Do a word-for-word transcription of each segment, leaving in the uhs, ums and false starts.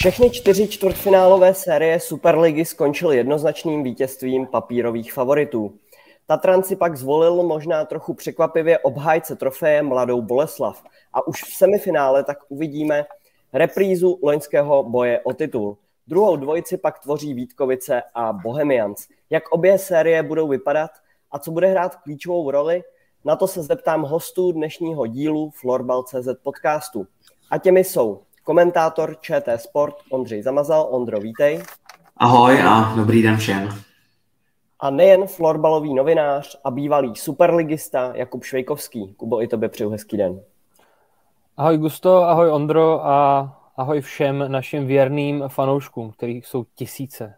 Všechny čtyři čtvrtfinálové série Superligy skončily jednoznačným vítězstvím papírových favoritů. Tatran si pak zvolil možná trochu překvapivě obhájce trofeje Mladou Boleslav a už v semifinále tak uvidíme reprízu loňského boje o titul. Druhou dvojici pak tvoří Vítkovice a Bohemians. Jak obě série budou vypadat a co bude hrát klíčovou roli, na to se zeptám hostů dnešního dílu Florbal tečka cé zet podcastu. A těmi jsou komentátor ČT Sport Ondřej Zamazal. Ondro, vítej. Ahoj a dobrý den všem. A nejen florbalový novinář a bývalý superligista Jakub Švejkovský. Kubo, i tobě přeju hezký den. Ahoj Gusto, ahoj Ondro a ahoj všem našim věrným fanouškům, kterých jsou tisíce.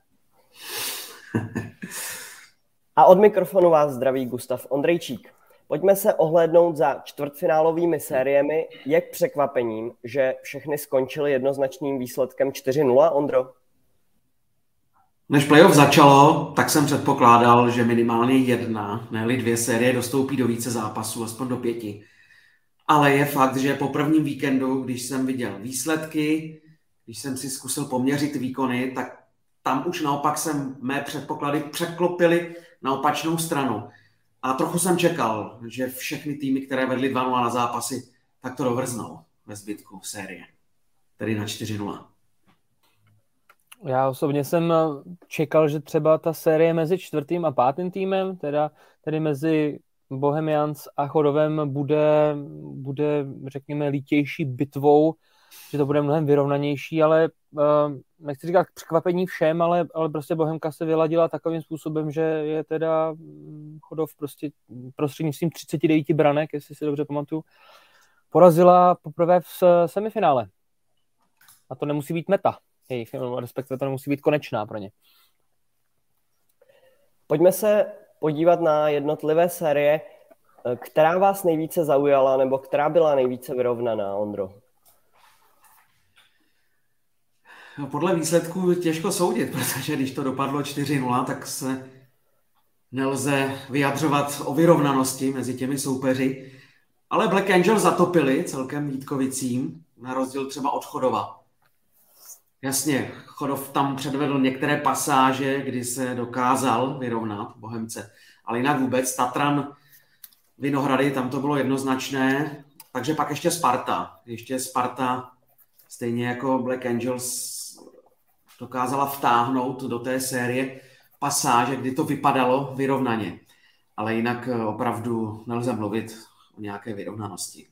A od mikrofonu vás zdraví Gustav Ondrejčík. Pojďme se ohlédnout za čtvrtfinálovými sériemi. Je k překvapením, že všechny skončily jednoznačným výsledkem čtyři nula, Ondro? Než playoff začalo, tak jsem předpokládal, že minimálně jedna, ne-li dvě série dostoupí do více zápasů, aspoň do pěti. Ale je fakt, že po prvním víkendu, když jsem viděl výsledky, když jsem si zkusil poměřit výkony, tak tam už naopak jsem mé předpoklady překlopily na opačnou stranu. A trochu jsem čekal, že všechny týmy, které vedly dva nula na zápasy, tak to dovrznou ve zbytku série. Tedy na čtyři nula. Já osobně jsem čekal, že třeba ta série mezi čtvrtým a pátým týmem, teda tedy mezi Bohemians a Chodovem bude, bude, řekněme, lítější bitvou, že to bude mnohem vyrovnanější, ale uh, nechci říkat překvapení všem, ale, ale prostě Bohemka se vyladila takovým způsobem, že je teda Chodov prostě prostřednictvím třicet devět branek, jestli si dobře pamatuju, porazila poprvé v semifinále. A to nemusí být meta, jejich, respektive to nemusí být konečná pro ně. Pojďme se podívat na jednotlivé série. Která vás nejvíce zaujala, nebo která byla nejvíce vyrovnaná, Ondro? No, podle výsledků těžko soudit, protože když to dopadlo čtyři nula, tak se nelze vyjadřovat o vyrovnanosti mezi těmi soupeři. Ale Black Angels zatopili celkem Vítkovicím, na rozdíl třeba od Chodova. Jasně, Chodov tam předvedl některé pasáže, kdy se dokázal vyrovnat Bohemce, ale jinak vůbec Tatran, Vinohrady, tam to bylo jednoznačné, takže pak ještě Sparta. Ještě Sparta, stejně jako Black Angels, dokázala vtáhnout do té série pasáže, kdy to vypadalo vyrovnaně. Ale jinak opravdu nelze mluvit o nějaké vyrovnanosti.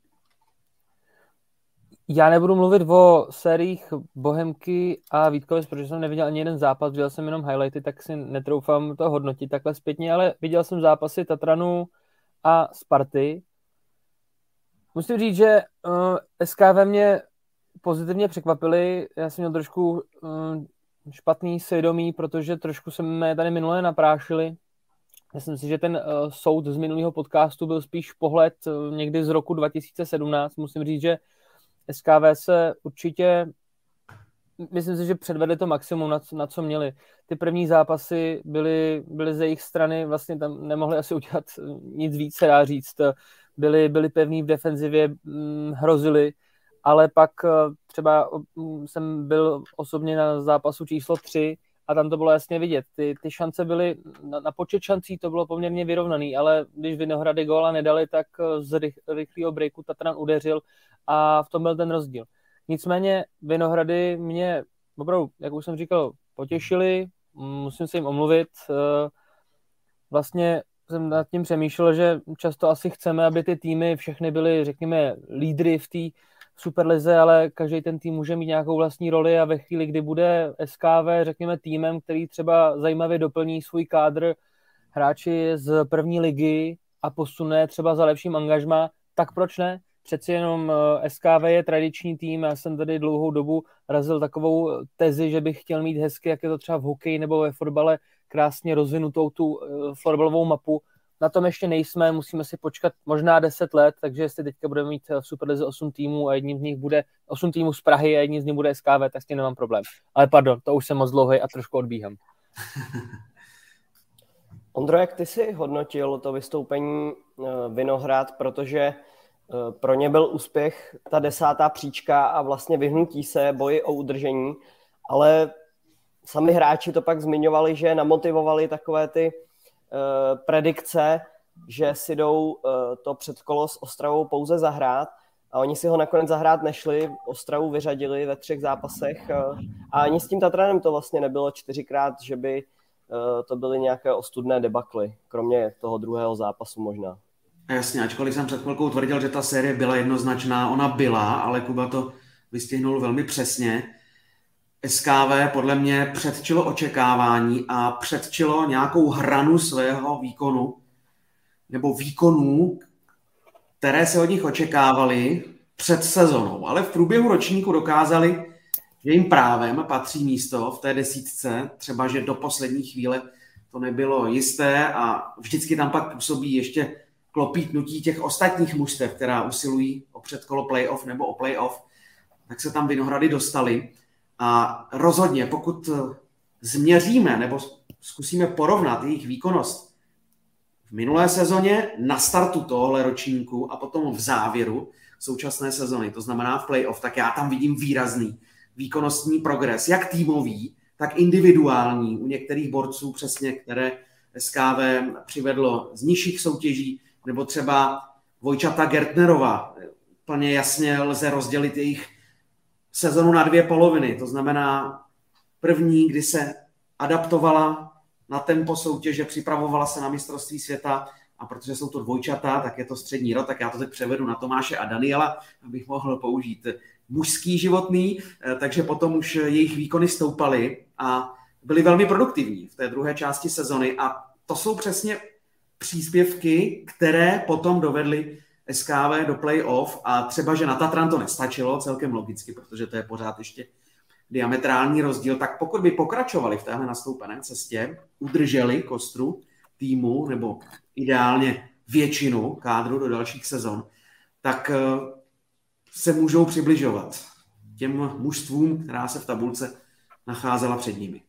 Já nebudu mluvit o sériích Bohemky a Vítkovic, protože jsem neviděl ani jeden zápas, viděl jsem jenom highlighty, tak si netroufám to hodnotit takhle zpětně, ale viděl jsem zápasy Tatranu a Sparty. Musím říct, že uh, S K V mě pozitivně překvapili. Já jsem měl trošku uh, špatný svědomí, protože trošku jsme tady minule naprášili. Myslím si, že ten uh, soud z minulého podcastu byl spíš pohled uh, někdy z roku dva tisíce sedmnáct. Musím říct, že S K V se určitě, myslím si, že předvedli to maximum, na co, na co měli. Ty první zápasy byly, byly ze jejich strany, vlastně tam nemohli asi udělat nic víc, se dá říct. Byli, byli pevní v defenzivě, hm, hrozili, ale pak třeba jsem byl osobně na zápasu číslo tři a tam to bylo jasně vidět. Ty, ty šance byly, na, na počet šancí to bylo poměrně vyrovnaný, ale když Vinohrady góla nedali, tak z rych, rychlého breaku Tatran udeřil a v tom byl ten rozdíl. Nicméně Vinohrady mě opravdu, jak už jsem říkal, potěšili, musím se jim omluvit. Vlastně jsem nad tím přemýšlel, že často asi chceme, aby ty týmy všechny byly, řekněme, lídry v té Superlize, ale každý ten tým může mít nějakou vlastní roli a ve chvíli, kdy bude S K V, řekněme, týmem, který třeba zajímavě doplní svůj kádr hráči z první ligy a posune třeba za lepším angažmá, tak proč ne? Přeci jenom S K V je tradiční tým, já jsem tady dlouhou dobu razil takovou tezi, že bych chtěl mít hezky, jak je to třeba v hokeji nebo ve fotbale, krásně rozvinutou tu florbalovou mapu. Na tom ještě nejsme, musíme si počkat možná deset let, takže jestli teďka budeme mít v Superlize osm týmů a jedním z nich bude osm týmů z Prahy a jedním z nich bude S K V, tak s tím nemám problém. Ale pardon, to už jsem moc dlouhý a trošku odbíhám. Ondro, jak ty jsi hodnotil to vystoupení Vinohrad, protože Pro ně byl úspěch ta desátá příčka a vlastně vyhnutí se boji o udržení, ale sami hráči to pak zmiňovali, že namotivovali takové ty uh, predikce, že si jdou uh, to předkolo s Ostravou pouze zahrát a oni si ho nakonec zahrát nešli, Ostravu vyřadili ve třech zápasech uh, a ani s tím Tatranem to vlastně nebylo čtyřikrát, že by uh, to byly nějaké ostudné debakly, kromě toho druhého zápasu možná. Jasně, ačkoliv jsem před chvilkou tvrdil, že ta série byla jednoznačná, ona byla, ale Kuba to vystihnul velmi přesně. S K V podle mě předčilo očekávání a předčilo nějakou hranu svého výkonu nebo výkonů, které se od nich očekávaly před sezónou. Ale v průběhu ročníku dokázali, že jim právem patří místo v té desítce, třeba že do poslední chvíle to nebylo jisté a vždycky tam pak působí ještě klopítnutí těch ostatních mužstev, která usilují o předkolo playoff nebo o playoff, tak se tam Vinohrady dostali. A rozhodně, pokud změříme nebo zkusíme porovnat jejich výkonnost v minulé sezóně na startu tohohle ročníku a potom v závěru současné sezony, to znamená v playoff, tak já tam vidím výrazný výkonnostní progres, jak týmový, tak individuální u některých borců přesně, které S K V přivedlo z nižších soutěží, nebo třeba Vojčata Gertnerova. Plně jasně lze rozdělit jejich sezonu na dvě poloviny. To znamená první, kdy se adaptovala na tempo soutěže, připravovala se na mistrovství světa a protože jsou to dvojčata, tak je to střední rod, tak já to teď převedu na Tomáše a Daniela, abych mohl použít mužský životný, takže potom už jejich výkony stoupaly a byly velmi produktivní v té druhé části sezony a to jsou přesně příspěvky, které potom dovedly S K V do play-off a třeba, že na Tatran to nestačilo, celkem logicky, protože to je pořád ještě diametrální rozdíl, tak pokud by pokračovali v téhle nastoupené cestě, udrželi kostru týmu nebo ideálně většinu kádru do dalších sezon, tak se můžou přibližovat těm mužstvům, která se v tabulce nacházela před nimi.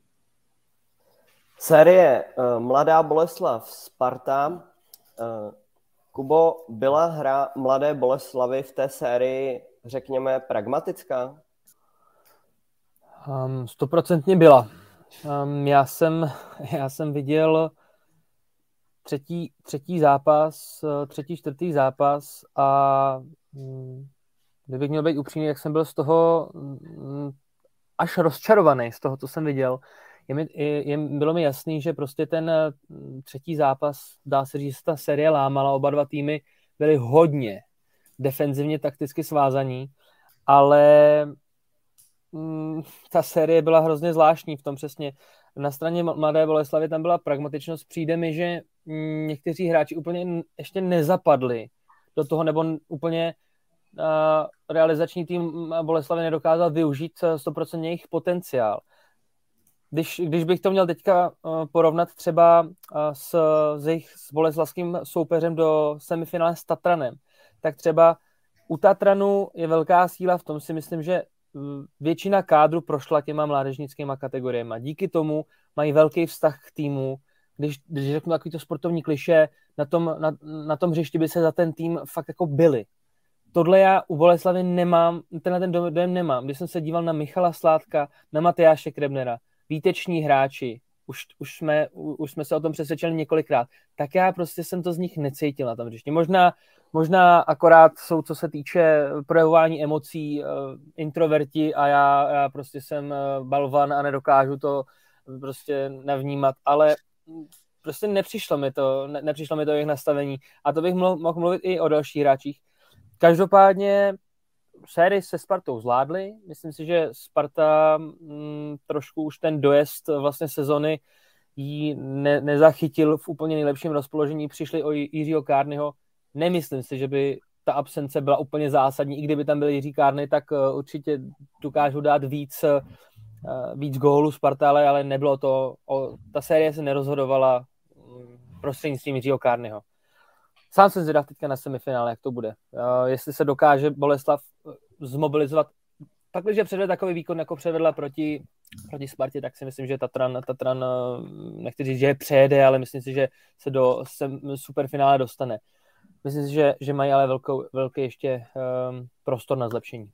Série uh, Mladá Boleslav Sparta. Uh, Kubo, byla hra Mladé Boleslavy v té sérii, řekněme, pragmatická? Um, stoprocentně byla. Um, já, jsem, já jsem viděl třetí, třetí zápas, třetí, čtvrtý zápas a um, kdybych měl být upřímný, jak jsem byl z toho um, až rozčarovaný z toho, co jsem viděl. Je mi, je, je, bylo mi jasný, že prostě ten třetí zápas, dá se říct, ta série lámala, oba dva týmy byly hodně defenzivně takticky svázaní, ale mm, ta série byla hrozně zvláštní v tom přesně. Na straně Mladé Boleslavy tam byla pragmatičnost, přijde mi, že mm, někteří hráči úplně ještě nezapadli do toho, nebo úplně uh, realizační tým Boleslavy nedokázal využít sto procent jejich potenciál. Když, když bych to měl teďka uh, porovnat třeba uh, s, s jejich s boleslavským soupeřem do semifinále s Tatranem, tak třeba u Tatranu je velká síla v tom, si myslím, že většina kádru prošla těma mládežnickýma kategoriemi. Díky tomu mají velký vztah k týmu. Když, když řeknu takovýto sportovní klišé, na tom, na, na tom hřišti by se za ten tým fakt jako byli. Tohle já u Boleslavy nemám, tenhle ten dojem nemám. Když jsem se díval na Michala Sládka, na Matyáše Krebnera, výteční hráči, už, už, jsme, už jsme se o tom přesvědčili několikrát, tak já prostě jsem to z nich necítil na tom hřišti. Možná, možná akorát jsou, co se týče projevování emocí, introverti a já, já prostě jsem balvan a nedokážu to prostě navnímat, ale prostě nepřišlo mi to, ne, nepřišlo mi to jejich nastavení a to bych mohl mluvit i o dalších hráčích. Každopádně sérii se Spartou zvládli. Myslím si, že Sparta m, trošku už ten dojezd vlastně sezony jí ne, nezachytil v úplně nejlepším rozpoložení. Přišli o Jiřího Kárnyho. Nemyslím si, že by ta absence byla úplně zásadní. I kdyby tam byl Jiří Kárny, tak uh, určitě dokážu dát víc, uh, víc gólů Sparta, ale, ale nebylo to. O, ta série se nerozhodovala prostřednictvím Jiřího Kárnyho. Sám jsem zvědav teďka na semifinále, jak to bude. Uh, jestli se dokáže Boleslav zmobilizovat. Pak, když předvede takový výkon, jako předvedla proti, proti Spartě, tak si myslím, že Tatran, Tatran nechci říct, že je přejede, ale myslím si, že se do sem, superfinále dostane. myslím si, že, že mají ale velkou, velký ještě um, prostor na zlepšení.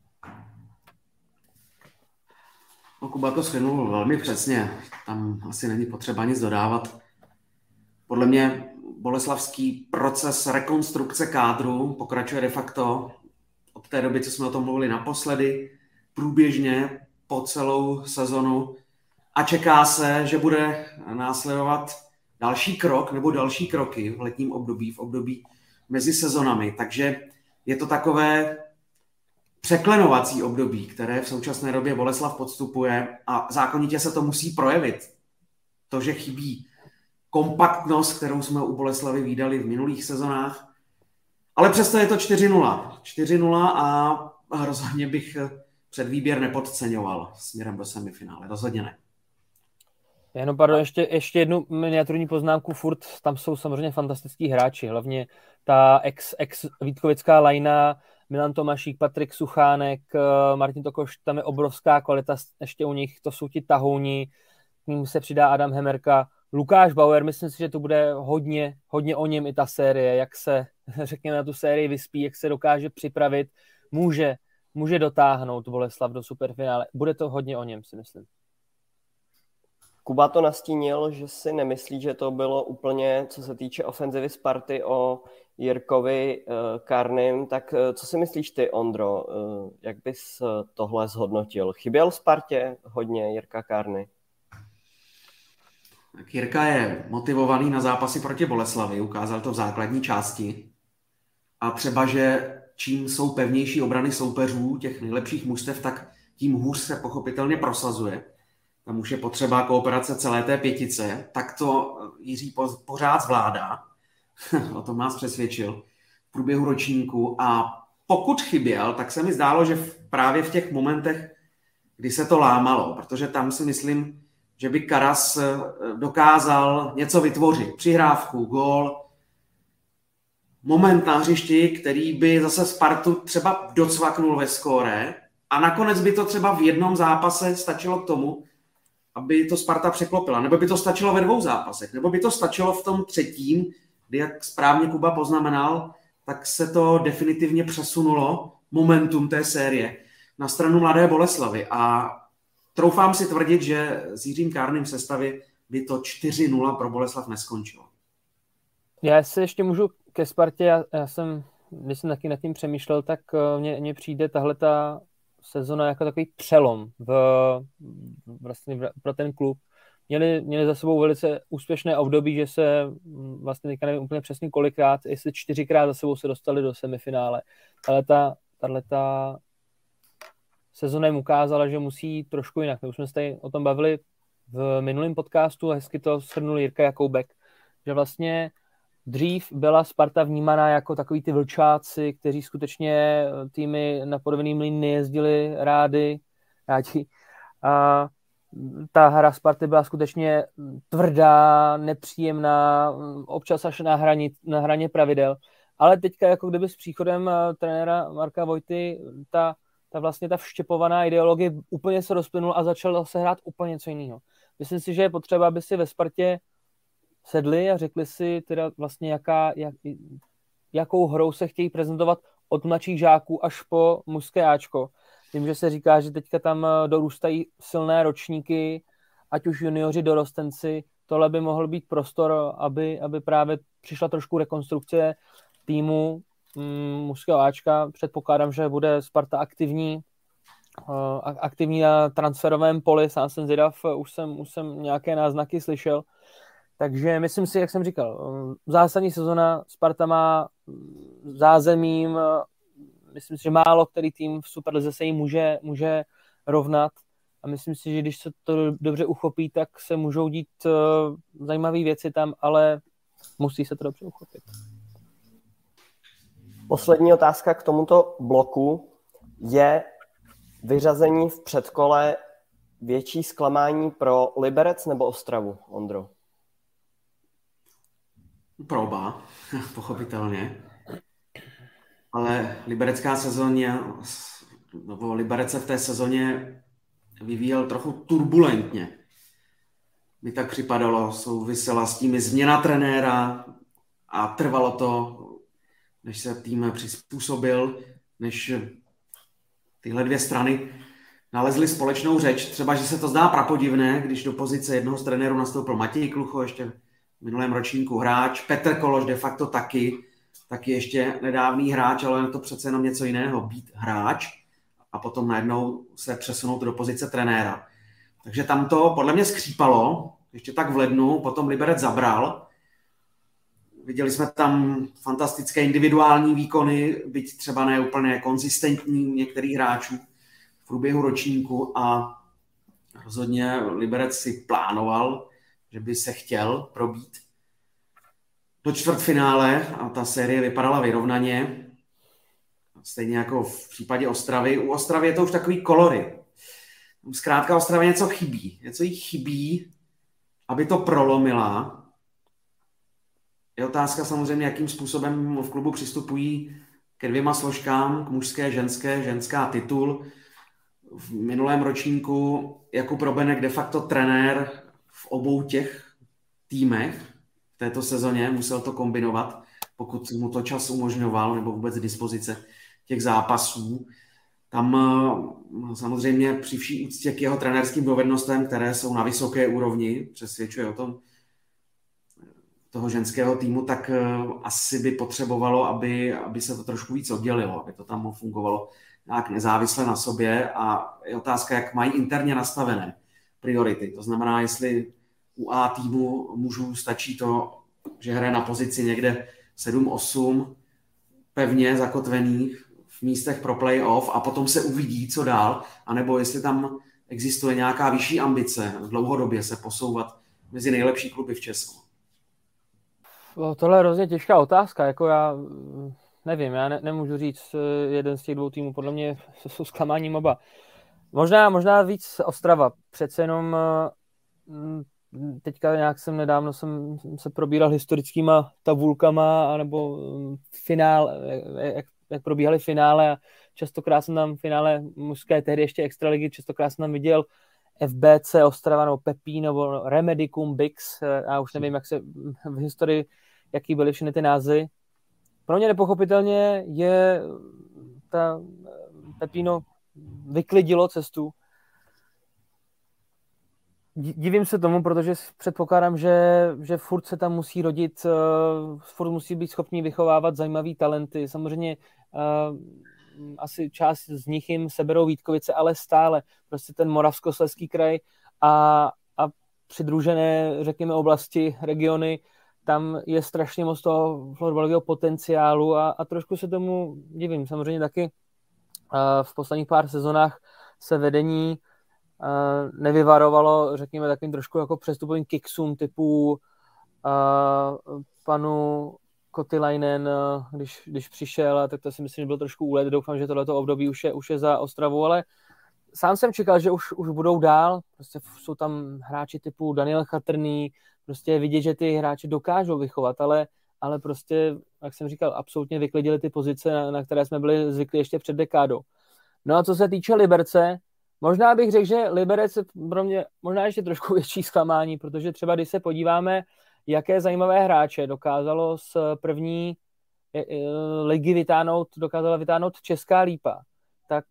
No, Kuba to shrnul velmi přesně. Tam asi není potřeba nic dodávat. Podle mě boleslavský proces rekonstrukce kádru pokračuje de facto od té doby, co jsme o tom mluvili naposledy, průběžně po celou sezonu a čeká se, že bude následovat další krok nebo další kroky v letním období, v období mezi sezonami. Takže je to takové překlenovací období, které v současné době Boleslav podstupuje a zákonitě se to musí projevit. To, že chybí kompaktnost, kterou jsme u Boleslavy vídali v minulých sezonách, ale přesto je to čtyři nula. čtyři nula a rozhodně bych předvýběr nepodceňoval směrem do semifinále. Rozhodně ne. Jenom pardon, ještě, ještě jednu miniaturní poznámku, furt tam jsou samozřejmě fantastický hráči, hlavně ta ex, ex Vítkovická lajna, Milan Tomašík, Patrik Suchánek, Martin Tokoš, tam je obrovská kvalita, ještě u nich to jsou ti tahouni, k ním se přidá Adam Hemerka, Lukáš Bauer, myslím si, že to bude hodně, hodně o něm i ta série, jak se, řekněme, na tu sérii vyspí, jak se dokáže připravit, může, může dotáhnout Boleslav do superfinále, bude to hodně o něm, si myslím. Kuba to nastínil, že si nemyslí, že to bylo úplně, co se týče ofenzivy Sparty, o Jirkovi uh, Karnym. Tak uh, co si myslíš ty, Ondro? Uh, jak bys uh, tohle zhodnotil? Chyběl Spartě hodně Jirka Karny? Tak Jirka je motivovaný na zápasy proti Boleslavi, ukázal to v základní části. A třeba, že čím jsou pevnější obrany soupeřů, těch nejlepších mužstev, tak tím hůř se pochopitelně prosazuje. Tam už je potřeba kooperace celé té pětice, tak to Jiří pořád zvládá. O tom nás přesvědčil v průběhu ročníku. A pokud chyběl, tak se mi zdálo, že v, právě v těch momentech, kdy se to lámalo, protože tam si myslím, že by Karas dokázal něco vytvořit. Přihrávku, gól, moment na hřišti, který by zase Spartu třeba docvaknul ve skóre a nakonec by to třeba v jednom zápase stačilo k tomu, aby to Sparta překlopila. Nebo by to stačilo ve dvou zápasech. Nebo by to stačilo v tom třetím, kdy, jak správně Kuba poznamenal, tak se to definitivně přesunulo, momentum té série, na stranu Mladé Boleslavy. A troufám si tvrdit, že s Jiřím Kárným v sestavě by to čtyři nula pro Boleslav neskončilo. Já se ještě můžu ke Spartě, já, já jsem, když jsem taky nad tím přemýšlel, tak mně, mně přijde tahleta sezona jako takový přelom v, vlastně pro ten klub. Měli, měli za sebou velice úspěšné období, že se vlastně teďka nevím úplně přesně kolikrát, jestli čtyřikrát za sebou se dostali do semifinále. Ale ta, tato sezona jim ukázala, že musí trošku jinak. My už jsme se tady o tom bavili v minulém podcastu a hezky to shrnul Jirka Jakoubek, že vlastně dřív byla Sparta vnímaná jako takový ty vlčáci, kteří skutečně týmy na Podoviny Mlýn nejezdili rádi, rádi. A ta hra Sparty byla skutečně tvrdá, nepříjemná, občas až na, hrani, na hraně pravidel. Ale teďka jako kdyby s příchodem trenéra Marka Vojty ta, ta vlastně ta vštěpovaná ideologie úplně se rozplynula a začala se hrát úplně něco jiného. Myslím si, že je potřeba, aby si ve Spartě sedli a řekli si teda vlastně, jaká, jak, jakou hrou se chtějí prezentovat od mladších žáků až po mužské áčko. Tím, že se říká, že teďka tam dorůstají silné ročníky, ať už junioři, dorostenci, tohle by mohl být prostor, aby, aby právě přišla trošku rekonstrukce týmu mm, mužského áčka. Předpokládám, že bude Sparta aktivní, uh, aktivní na transferovém poli, sám jsem zvědav, už jsem, už jsem nějaké náznaky slyšel. Takže myslím si, jak jsem říkal, zásadní sezona, Sparta má zázemím, myslím si, že málo který tým v Superlize se jim může, může rovnat a myslím si, že když se to dobře uchopí, tak se můžou dít uh, zajímavé věci tam, ale musí se to dobře uchopit. Poslední otázka k tomuto bloku je vyřazení v předkole větší zklamání pro Liberec nebo Ostravu, Ondro? Pro oba, pochopitelně. Ale liberecká sezóně, nebo Liberec se v té sezóně vyvíjel trochu turbulentně. Mi tak připadalo, souvisela s tím změna trenéra a trvalo to než se tým přizpůsobil, než tyhle dvě strany nalezli společnou řeč. Třeba, že se to zdá prapodivné, když do pozice jednoho z trenérů nastoupil Matěj Klucho, ještě v minulém ročníku hráč, Petr Kološ de facto taky, taky ještě nedávný hráč, ale je to přece jenom něco jiného, být hráč a potom najednou se přesunout do pozice trenéra. Takže tam to podle mě skřípalo, ještě tak v lednu, potom Liberec zabral. Viděli jsme tam fantastické individuální výkony, byť třeba ne úplně konzistentní u některých hráčů v průběhu ročníku a rozhodně Liberec si plánoval, že by se chtěl probít do čtvrtfinále a ta série vypadala vyrovnaně. Stejně jako v případě Ostravy. U Ostravy je to už takový kolory. Zkrátka Ostravě něco chybí. Něco jí chybí, aby to prolomila. Je otázka samozřejmě, jakým způsobem v klubu přistupují ke dvěma složkám, k mužské, ženské, ženská titul. V minulém ročníku Jakub Robenek de facto trenér v obou těch týmech v této sezóně, musel to kombinovat, pokud mu to čas umožňoval, nebo vůbec dispozice těch zápasů. Tam samozřejmě při vší úctě k jeho trenérským dovednostem, které jsou na vysoké úrovni, přesvědčuje o tom toho ženského týmu, tak asi by potřebovalo, aby, aby se to trošku víc oddělilo, aby to tam fungovalo nějak nezávisle na sobě a je otázka, jak mají interně nastavené priority. To znamená, jestli u A týmu mužů stačí to, že hraje na pozici někde sedm osm pevně zakotvených v místech pro play-off a potom se uvidí, co dál, anebo jestli tam existuje nějaká vyšší ambice dlouhodobě se posouvat mezi nejlepší kluby v Česku. Tohle je hrozně těžká otázka, jako já nevím, já ne, nemůžu říct jeden z těch dvou týmů, podle mě jsou zklamáním oba. Možná, možná víc Ostrava, přece jenom teďka nějak jsem nedávno jsem se probíral historickýma tabulkama, anebo finál, jak, jak probíhaly finále a častokrát jsem tam v finále mužské, tehdy ještě extraligy, častokrát jsem tam viděl F B C Ostrava, nebo Pepín, nebo Remedicum, Bix, já už nevím, jak se v historii, jaký byly všechny ty názvy. Pro mě nepochopitelně je ta Pepino vyklidilo cestu. Divím se tomu, protože předpokládám, že, že furt se tam musí rodit, furt musí být schopní vychovávat zajímavý talenty. Samozřejmě uh, asi část z nich jim seberou Vítkovice, ale stále prostě ten Moravskoslezský kraj a, a přidružené, řekněme, oblasti, regiony, tam je strašně moc toho florbalového potenciálu a, a trošku se tomu divím. Samozřejmě taky uh, v posledních pár sezonách se vedení uh, nevyvarovalo, řekněme, takovým trošku jako přestupovým kiksům typu uh, panu Kotilainen, když, když přišel, tak to si myslím, že byl trošku úlet. Doufám, že tohleto období už je, už je za Ostravu, ale sám jsem čekal, že už, už budou dál. Prostě jsou tam hráči typu Daniel Chatrný, prostě vidět, že ty hráči dokážou vychovat, ale, ale prostě, jak jsem říkal, absolutně vyklidili ty pozice, na, na které jsme byli zvyklí ještě před dekádou. No a co se týče Liberce, možná bych řekl, že Liberec je pro mě možná ještě trošku větší zklamání, protože třeba když se podíváme, jaké zajímavé hráče dokázalo z první ligy vytáhnout, dokázala vytáhnout Česká Lípa, tak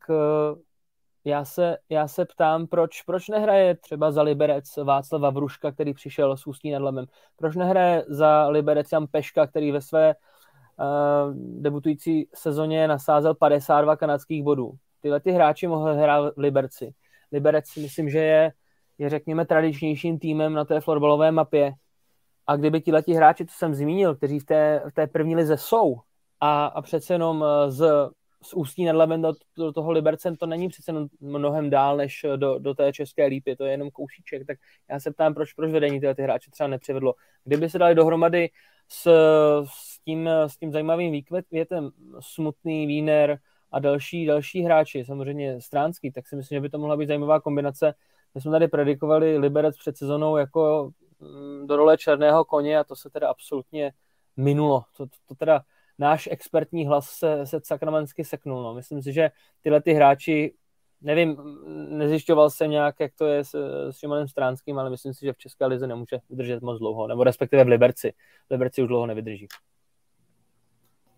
já se, já se ptám, proč, proč nehraje třeba za Liberec Václav Vavruška, který přišel s Ústí nad Labem, proč nehraje za Liberec Jan Peška, který ve své uh, debutující sezóně nasázel padesát dva kanadských bodů. Tyhle ty hráči mohli hrát v Liberci. Liberec myslím, že je, je řekněme tradičnějším týmem na té florbalové mapě. A kdyby tihleti hráči, co jsem zmínil, kteří v té, v té první lize jsou a, a přece jenom z, z Ústí nad Labem do, do toho Liberce, to není přece mnohem dál než do, do té České Lípy, to je jenom kousíček, tak já se ptám, proč, proč vedení tyhle ty hráče třeba nepřivedlo. Kdyby se dali dohromady s, s, tím, s tím zajímavým výkvětem Smutný, Wiener a další, další hráči, samozřejmě Stránský, tak si myslím, že by to mohla být zajímavá kombinace. My jsme tady predikovali Liberec před sezonou jako do role černého koně a to se teda absolutně minulo. To, to, to teda náš expertní hlas se, se sakramensky seknul. No. Myslím si, že tyhle ty hráči, nevím, nezjišťoval jsem nějak, jak to je s, s Šimonem Stránským, ale myslím si, že v České lize nemůže vydržet moc dlouho, nebo respektive v Liberci. V Liberci už dlouho nevydrží.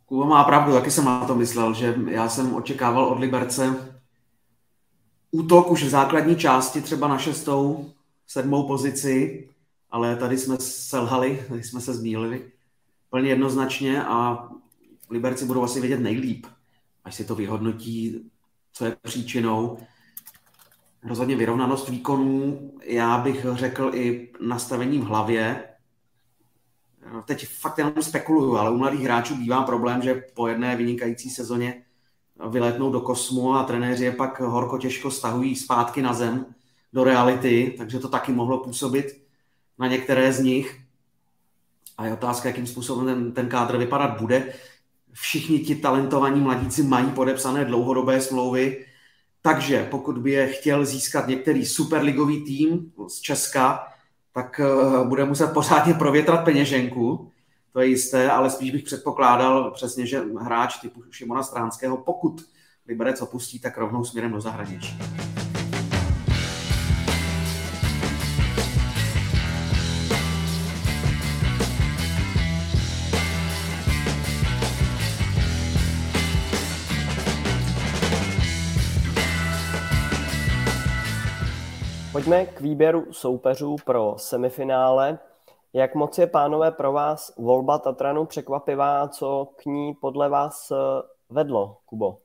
Kuba má pravdu, taky jsem na to myslel, že já jsem očekával od Liberce útok už v základní části, třeba na šestou, sedmou pozici, ale tady jsme selhali, tady jsme se zmýlili plně jednoznačně a Liberci budou asi vědět nejlíp, až si to vyhodnotí, co je příčinou. Rozhodně vyrovnanost výkonů, já bych řekl i nastavení v hlavě. Teď fakt jenom spekuluju, ale u mladých hráčů bývá problém, že po jedné vynikající sezóně vylétnou do kosmu a trenéři je pak horko těžko stahují zpátky na zem do reality, takže to taky mohlo působit na některé z nich. A je otázka, jakým způsobem ten, ten kádr vypadat bude. Všichni ti talentovaní mladíci mají podepsané dlouhodobé smlouvy, takže pokud by je chtěl získat některý superligový tým z Česka, tak uh, bude muset pořádně provětrat peněženku, to je jisté, ale spíš bych předpokládal přesně, že hráč typu Šimona Stránského, pokud Liberec opustí, tak rovnou směrem do zahraničí. Pojďme k výběru soupeřů pro semifinále. Jak moc je, pánové, pro vás volba Tatranu překvapivá, co k ní podle vás vedlo, Kubo?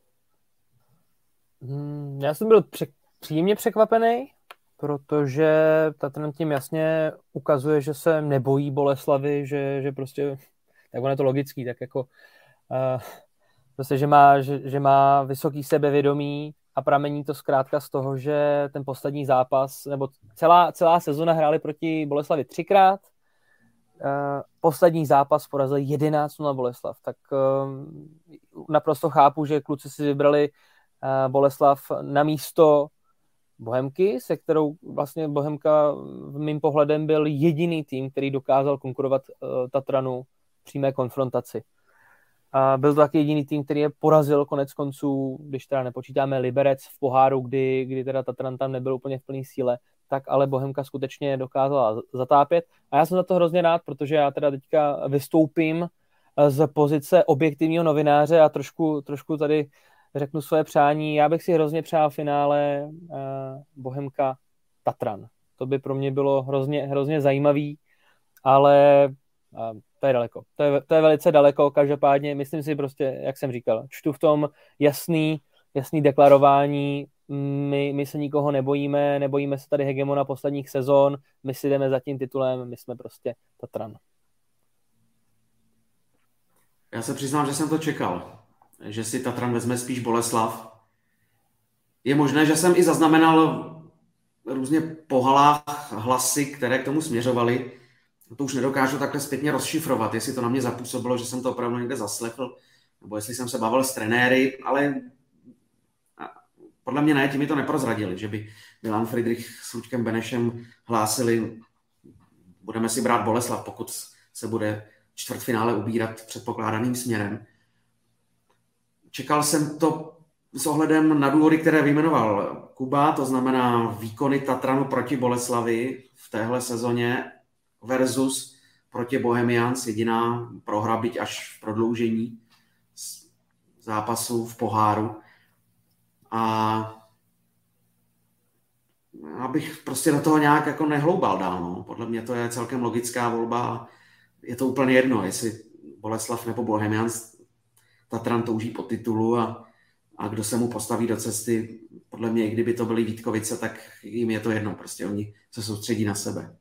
Hmm, já jsem byl pře- příjemně překvapený, protože Tatran tím jasně ukazuje, že se nebojí Boleslavy, že, že prostě, tak on je to logický, tak jako uh, prostě, že má, že, že má vysoký sebevědomí a pramení to zkrátka z toho, že ten poslední zápas, nebo celá, celá sezona hráli proti Boleslavi třikrát, Uh, poslední zápas porazil jedenáct na Boleslav, tak uh, naprosto chápu, že kluci si vybrali uh, Boleslav na místo Bohemky, se kterou vlastně Bohemka v mým pohledem byl jediný tým, který dokázal konkurovat uh, Tatranu v přímé konfrontaci. Uh, byl to taky jediný tým, který je porazil konec konců, když teda nepočítáme Liberec v poháru, kdy, kdy teda Tatran tam nebyl úplně v plné síle, tak ale Bohemka skutečně dokázala zatápět. A já jsem za to hrozně rád, protože já teda teďka vystoupím z pozice objektivního novináře a trošku, trošku tady řeknu svoje přání. Já bych si hrozně přál v finále uh, Bohemka Tatran. To by pro mě bylo hrozně, hrozně zajímavý, ale uh, to je daleko. To je, to je velice daleko, každopádně myslím si prostě, jak jsem říkal, čtu v tom jasný, jasný deklarování. My, my se nikoho nebojíme, nebojíme se tady hegemona posledních sezon, my si jdeme za tím titulem, my jsme prostě Tatran. Já se přiznám, že jsem to čekal, že si Tatran vezme spíš Boleslav. Je možné, že jsem i zaznamenal různě po halách hlasy, které k tomu směřovaly. To už nedokážu takhle zpětně rozšifrovat, jestli to na mě zapůsobilo, že jsem to opravdu někde zaslechl, nebo jestli jsem se bavil s trenéry, ale podle mě ne, ti mi to neprozradili, že by Milan Friedrich s Luďkem Benešem hlásili, budeme si brát Boleslav, pokud se bude čtvrtfinále ubírat předpokládaným směrem. Čekal jsem to s ohledem na důvody, které vyjmenoval Kuba, to znamená výkony Tatranu proti Boleslavi v téhle sezóně versus proti Bohemians, jediná prohra, byť až v prodloužení zápasu v poháru. A abych prostě do toho nějak jako nehloubal dál. No. Podle mě to je celkem logická volba. Je to úplně jedno, jestli Boleslav nebo Bohemians. Tatran touží po titulu a, a kdo se mu postaví do cesty, podle mě, i kdyby to byly Vítkovice, tak jim je to jedno. Prostě oni se soustředí na sebe.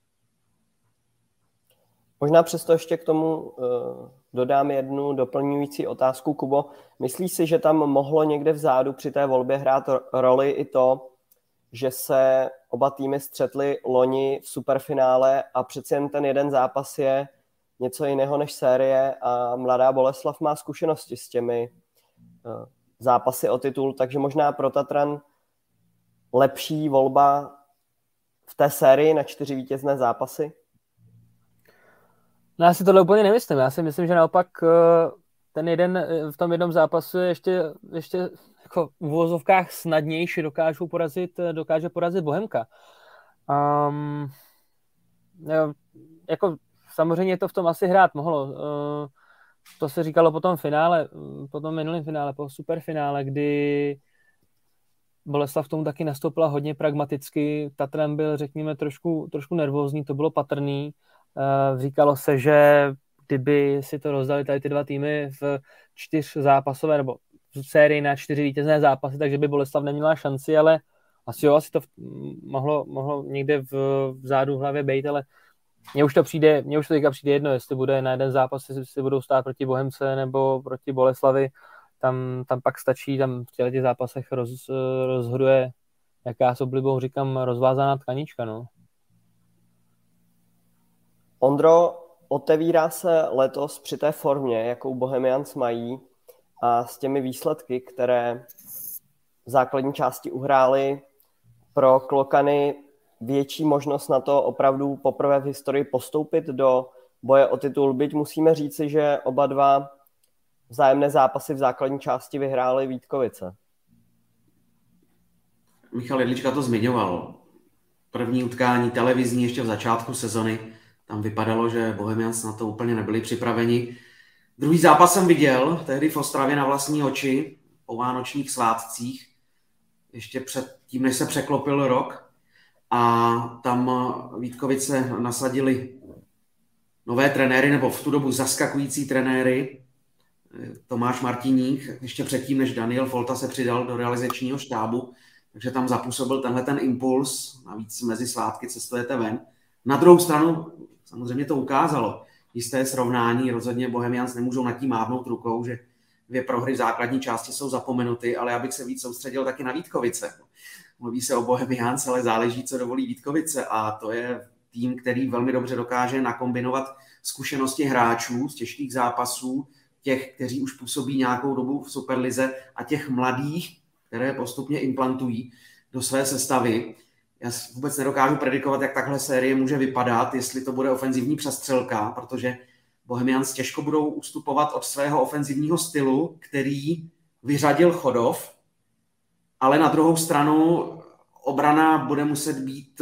Možná přesto ještě k tomu uh, dodám jednu doplňující otázku, Kubo. Myslíš si, že tam mohlo někde vzadu při té volbě hrát roli i to, že se oba týmy střetly loni v superfinále a přeci jen ten jeden zápas je něco jiného než série a mladá Boleslav má zkušenosti s těmi uh, zápasy o titul, takže možná pro Tatran lepší volba v té sérii na čtyři vítězné zápasy? No já si tohle úplně nemyslím. Já si myslím, že naopak ten jeden v tom jednom zápasu je ještě, ještě jako v uvozovkách snadnější, dokážu porazit, dokáže porazit Bohemka. Um, jako samozřejmě to v tom asi hrát mohlo. Uh, to se říkalo po tom finále, po tom minulém finále, po superfinále, kdy Boleslav tomu taky nastoupila hodně pragmaticky. Tatran byl, řekněme, trošku, trošku nervózní, to bylo patrný. Říkalo se, že kdyby si to rozdali tady ty dva týmy v čtyř zápasové nebo v sérii na čtyři vítězné zápasy, takže by Boleslav neměla šanci, ale asi jo, asi to mohlo, mohlo někde v, v zádu v hlavě být, ale mně už to přijde, mně už to teďka přijde jedno, jestli bude na jeden zápas, jestli si budou stát proti Bohemce nebo proti Boleslavi, tam, tam pak stačí, tam v těch zápasech roz, rozhoduje, jaká s oblibou říkám, rozvázaná tkanička, no. Ondro, otevírá se letos při té formě, jakou Bohemians mají a s těmi výsledky, které v základní části uhráli, pro Klokany větší možnost na to opravdu poprvé v historii postoupit do boje o titul, byť musíme říci, že oba dva vzájemné zápasy v základní části vyhráli Vítkovice. Michal Jedlička to zmiňoval. První utkání televizní ještě v začátku sezony, tam vypadalo, že Bohemians na to úplně nebyli připraveni. Druhý zápas jsem viděl, tehdy v Ostravě na vlastní oči, po vánočních svátcích, ještě před tím, než se překlopil rok. A tam Vítkovice nasadili nové trenéry, nebo v tu dobu zaskakující trenéry, Tomáš Martiník, ještě předtím, než Daniel Folta se přidal do realizačního štábu, takže tam zapůsobil tenhle ten impuls, navíc mezi svátky cestujete ven. Na druhou stranu samozřejmě to ukázalo, jisté srovnání, rozhodně Bohemians nemůžou nad tím mávnout rukou, že dvě prohry v základní části jsou zapomenuty, ale já bych se víc soustředil taky na Vítkovice. Mluví se o Bohemians, ale záleží, co dovolí Vítkovice a to je tým, který velmi dobře dokáže nakombinovat zkušenosti hráčů z těžkých zápasů, těch, kteří už působí nějakou dobu v Superlize a těch mladých, které postupně implantují do své sestavy. Já vůbec nedokážu predikovat, jak takhle série může vypadat, jestli to bude ofenzivní přestřelka, protože Bohemians těžko budou ustupovat od svého ofenzivního stylu, který vyřadil Chodov, ale na druhou stranu obrana bude muset být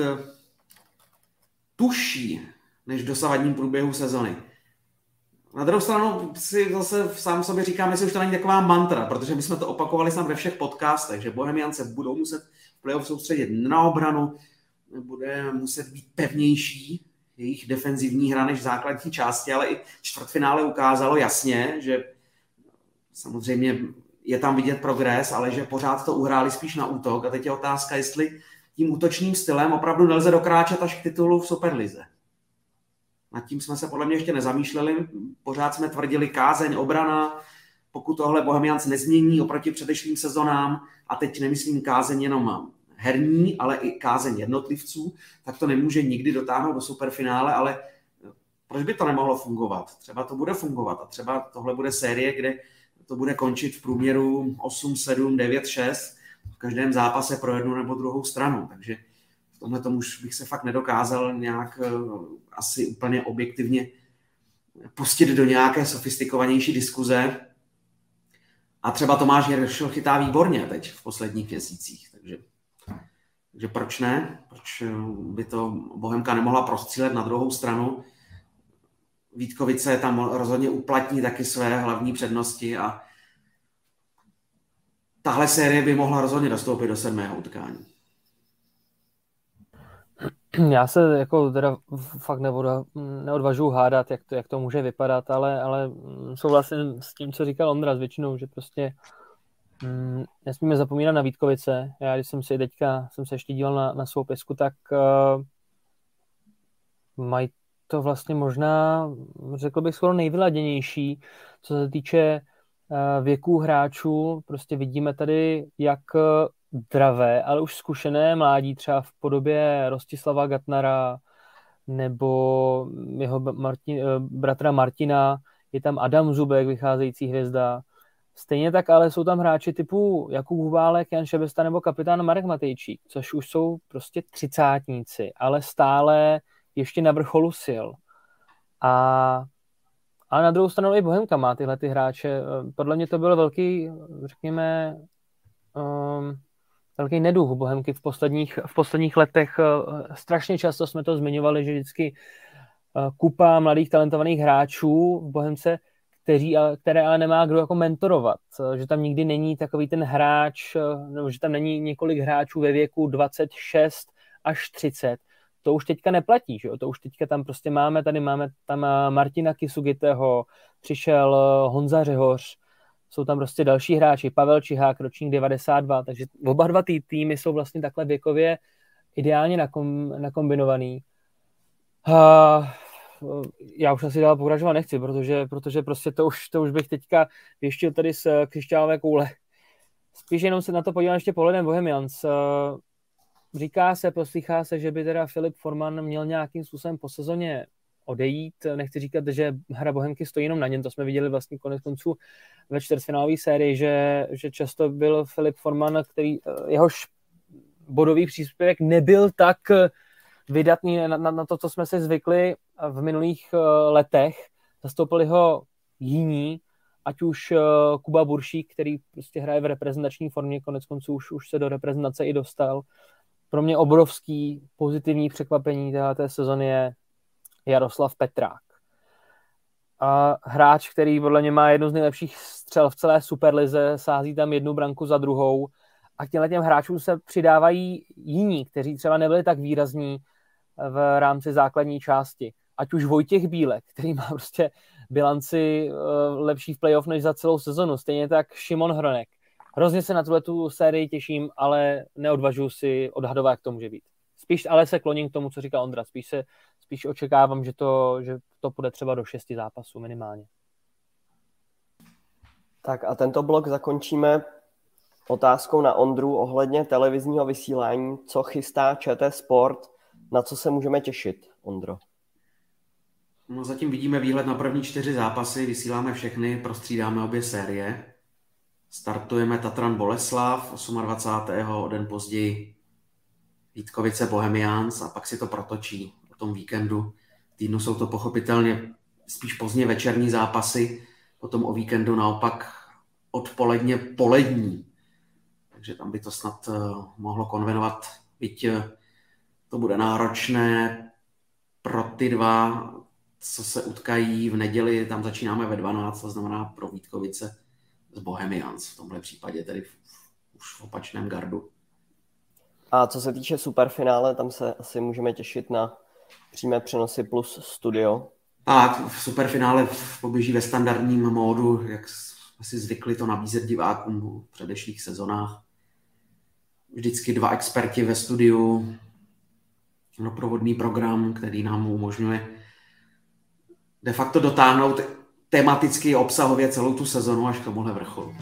tužší než v dosavadním průběhu sezony. Na druhou stranu si zase sám sobě říkám, jestli už to není taková mantra, protože my jsme to opakovali sám ve všech podcastech, že Bohemians se budou muset v playoff soustředit na obranu, bude muset být pevnější jejich defenzivní hra než v základní části, ale i čtvrtfinále ukázalo jasně, že samozřejmě je tam vidět progres, ale že pořád to uhráli spíš na útok. A teď je otázka, jestli tím útočným stylem opravdu nelze dokráčet až k titulu v Superlize. Nad tím jsme se podle mě ještě nezamýšleli. Pořád jsme tvrdili kázeň, obrana. Pokud tohle Bohemians nezmění oproti předešlým sezonám, a teď nemyslím kázeň jenom herní, ale i kázeň jednotlivců, tak to nemůže nikdy dotáhnout do superfinále, ale proč by to nemohlo fungovat? Třeba to bude fungovat a třeba tohle bude série, kde to bude končit v průměru osm, sedm, devět, šest v každém zápase pro jednu nebo druhou stranu. Takže v tomhle tomu už bych se fakt nedokázal nějak asi úplně objektivně pustit do nějaké sofistikovanější diskuze. A třeba Tomáš Hiršl chytá výborně teď v posledních měsících. Takže, takže proč ne? Proč by to Bohemka nemohla prostřílet na druhou stranu? Vítkovice tam rozhodně uplatní taky své hlavní přednosti a tahle série by mohla rozhodně dostoupit do sedmého utkání. Já se jako teda fakt neodvažuji hádat, jak to, jak to může vypadat, ale, ale souhlasím s tím, co říkal Ondra s většinou, že prostě mm, nesmíme zapomínat na Vítkovice. Já když jsem si teďka, jsem se ještě díval na, na soupisku, tak uh, mají to vlastně možná, řekl bych, skoro nejvyladěnější, co se týče uh, věků hráčů. Prostě vidíme tady, jak dravé, ale už zkušené mládí, třeba v podobě Rostislava Gatnara nebo jeho Martin, bratra Martina, je tam Adam Zubek, vycházející hvězda. Stejně tak, ale jsou tam hráči typu Jakub Hubálek, Jan Šebesta nebo kapitán Marek Matejčík, což už jsou prostě třicátníci, ale stále ještě na vrcholu sil. A, a na druhou stranu i Bohemka má tyhle ty hráče. Podle mě to byl velký, řekněme, um, velký neduch Bohemky v posledních, v posledních letech. Strašně často jsme to zmiňovali, že vždycky kupa mladých talentovaných hráčů v Bohemce, kteří, které ale nemá kdo jako mentorovat, že tam nikdy není takový ten hráč, nebo že tam není několik hráčů ve věku dvacet šest až třicet. To už teďka neplatí, že jo? To už teďka tam prostě máme, tady máme tam Martina Kisugiteho, přišel Honza Řehoř, jsou tam prostě další hráči, Pavel Čihák, ročník devadesát dva, takže oba dva tý týmy jsou vlastně takhle věkově ideálně nakom, nakombinovaný. Uh, já už asi dál pokračovat nechci, protože, protože prostě to už, to už bych teďka věštil tady z křišťálové koule. Spíš jenom se na to podívám ještě pohledem Bohemians. Uh, říká se, proslýchá se, že by teda Filip Forman měl nějakým způsobem po sezóně odejít. Nechci říkat, že hra Bohemky stojí jenom na něm, to jsme viděli vlastně konec konců ve čtvrtfinálové sérii, že, že často byl Filip Forman, který jehož bodový příspěvek nebyl tak vydatný na, na, na to, co jsme si zvykli v minulých letech. Zastoupili ho jiní, ať už Kuba Buršík, který prostě hraje v reprezentační formě, konec konců už, už se do reprezentace i dostal. Pro mě obrovský pozitivní překvapení této sezony je Jaroslav Petrák. A hráč, který podle mě má jednu z nejlepších střel v celé Superlize, sází tam jednu branku za druhou a k těmhle těm hráčům se přidávají jiní, kteří třeba nebyli tak výrazní v rámci základní části. Ať už Vojtěch Bílek, který má prostě bilanci lepší v playoff než za celou sezonu. Stejně tak Šimon Hronek. Hrozně se na tuto sérii těším, ale neodvažuji si odhadovat, jak to může být. Spíš ale se kloním k tomu, co říkal Ondra. Spíš, se, spíš očekávám, že to, že to půjde třeba do šesti zápasů minimálně. Tak a tento blok zakončíme otázkou na Ondru ohledně televizního vysílání. Co chystá ČT Sport? Na co se můžeme těšit, Ondro? No, zatím vidíme výhled na první čtyři zápasy, vysíláme všechny, prostřídáme obě série. Startujeme Tatran Boleslav dvacátého osmého o den později Vítkovice Bohemians a pak si to protočí o tom víkendu. V týdnu jsou to pochopitelně spíš pozdně večerní zápasy, potom o víkendu naopak odpoledně polední. Takže tam by to snad mohlo konvenovat, byť to bude náročné pro ty dva, co se utkají v neděli, tam začínáme ve dvanáct, to znamená pro Vítkovice z Bohemians, v tomhle případě tedy v, už v opačném gardu. A co se týče superfinále, tam se asi můžeme těšit na přímé přenosy plus studio. Tak, v superfinále poběží ve standardním módu, jak jsme si zvykli to nabízet divákům v předešlých sezonách. Vždycky dva experti ve studiu, doprovodný program, který nám umožňuje de facto dotáhnout tematicky obsahově celou tu sezonu až k tomuhle vrcholu.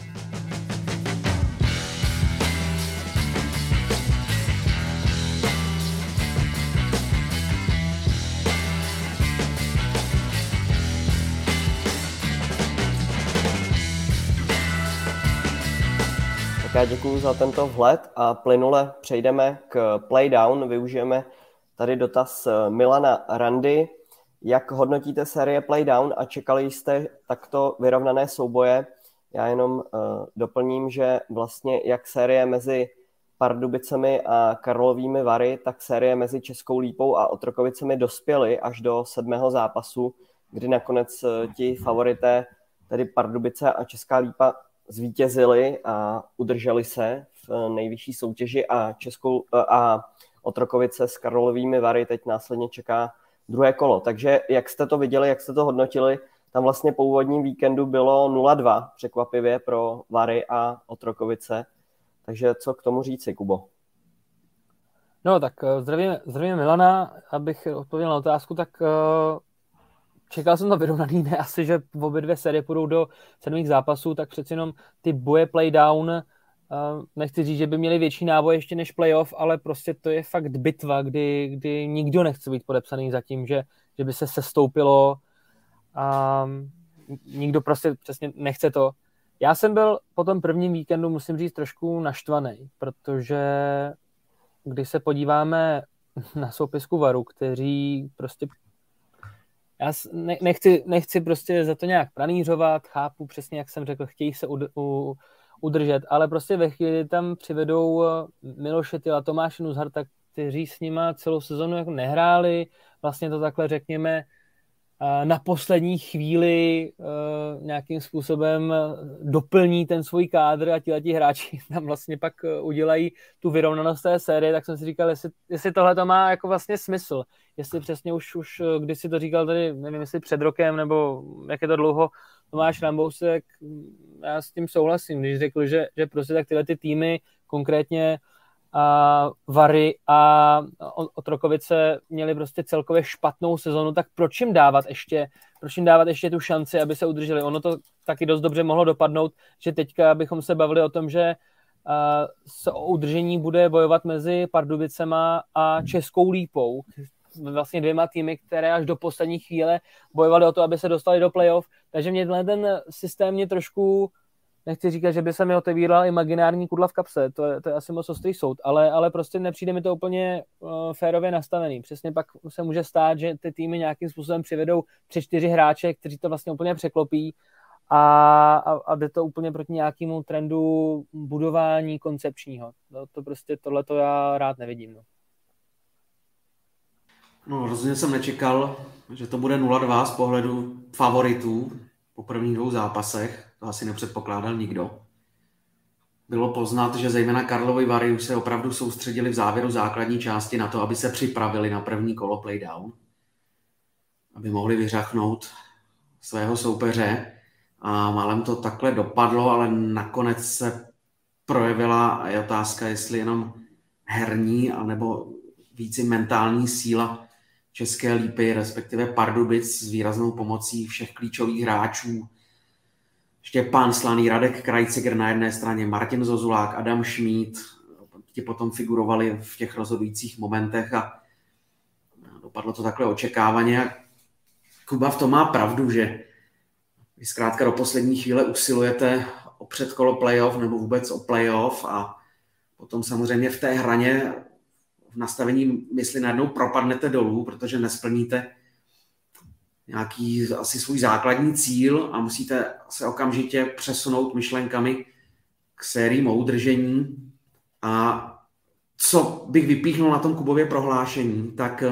Tak já děkuju za tento vhled a plynule přejdeme k playdown. Využijeme tady dotaz Milana Randy. Jak hodnotíte série Playdown a čekali jste takto vyrovnané souboje? Já jenom uh, doplním, že vlastně jak série mezi Pardubicemi a Karlovými Vary, tak série mezi Českou Lípou a Otrokovicemi dospěly až do sedmého zápasu, kdy nakonec uh, ti favorité, tedy Pardubice a Česká Lípa, zvítězili a udrželi se v nejvyšší soutěži a, Českou, uh, a Otrokovice s Karlovými Vary teď následně čeká druhé kolo. Takže jak jste to viděli, jak jste to hodnotili, tam vlastně po úvodním víkendu bylo nula dva překvapivě pro Vary a Otrokovice. Takže co k tomu říci, Kubo? No tak zdravím, zdravím Milana, abych odpověděl na otázku, tak uh, čekal jsem to vyrovnaný, ne asi, že v obě dvě série půjdou do sedmých zápasů, tak přeci jenom ty boje playdown, uh, nechci říct, že by měli větší náboj ještě než playoff, ale prostě to je fakt bitva, kdy, kdy nikdo nechce být podepsaný za tím, že, že by se sestoupilo a nikdo prostě přesně nechce to. Já jsem byl po tom prvním víkendu, musím říct, trošku naštvaný, protože když se podíváme na soupisku Varu, kteří prostě já nechci, nechci prostě za to nějak pranířovat, chápu přesně, jak jsem řekl, chtějí se ud, u, udržet, ale prostě ve chvíli tam přivedou Miloše Tyla, Tomáše Nuzharta, kteří s nima celou sezonu jako nehráli, vlastně to takhle řekněme, na poslední chvíli nějakým způsobem doplní ten svůj kádr a tihleti hráči tam vlastně pak udělají tu vyrovnanost té série, tak jsem si říkal, jestli, jestli tohle to má jako vlastně smysl. Jestli přesně už, už když si to říkal tady, nevím, jestli před rokem, nebo jak je to dlouho, Tomáš Rambousek, já s tím souhlasím, když řekl, že, že prostě tak tyhle ty týmy, konkrétně a Vary a Otrokovice měli prostě celkově špatnou sezonu, tak proč jim dávat ještě, proč jim dávat ještě tu šanci, aby se udrželi? Ono to taky dost dobře mohlo dopadnout, že teďka bychom se bavili o tom, že se o udržení bude bojovat mezi Pardubicema a Českou Lípou. Vlastně dvěma týmy, které až do poslední chvíle bojovaly o to, aby se dostali do playoff. Takže mě ten systém mě trošku, nechci říkat, že by se mi otevíral imaginární kudla v kapse, to je, to je asi moc ostrý soud, ale, ale prostě nepřijde mi to úplně uh, férově nastavený. Přesně pak se může stát, že ty týmy nějakým způsobem přivedou tři, čtyři hráče, kteří to vlastně úplně překlopí a, a, a jde to úplně proti nějakému trendu budování koncepčního. To, to prostě tohleto já rád nevidím. No. No, rozhodně jsem nečekal, že to bude nula dva z pohledu favoritů po prvních dvou zápasech. To asi nepředpokládal nikdo. Bylo poznat, že zejména Karlovy Vary už se opravdu soustředili v závěru základní části na to, aby se připravili na první kolo playdown, aby mohli vyřachnout svého soupeře. A málem to takhle dopadlo, ale nakonec se projevila je otázka, jestli jenom herní, anebo více mentální síla České Lípy, respektive Pardubic s výraznou pomocí všech klíčových hráčů. Štěpán Slaný, Radek Krajciger na jedné straně, Martin Zozulák, Adam Šmíd, ti potom figurovali v těch rozhodujících momentech a dopadlo to takhle očekávaně. Kuba v tom má pravdu, že vy zkrátka do poslední chvíle usilujete o předkolo playoff nebo vůbec o playoff a potom samozřejmě v té hraně v nastavení mysli najednou propadnete dolů, protože nesplníte nějaký asi svůj základní cíl a musíte se okamžitě přesunout myšlenkami k sériím o udržení. A co bych vypíchnul na tom Kubově prohlášení, tak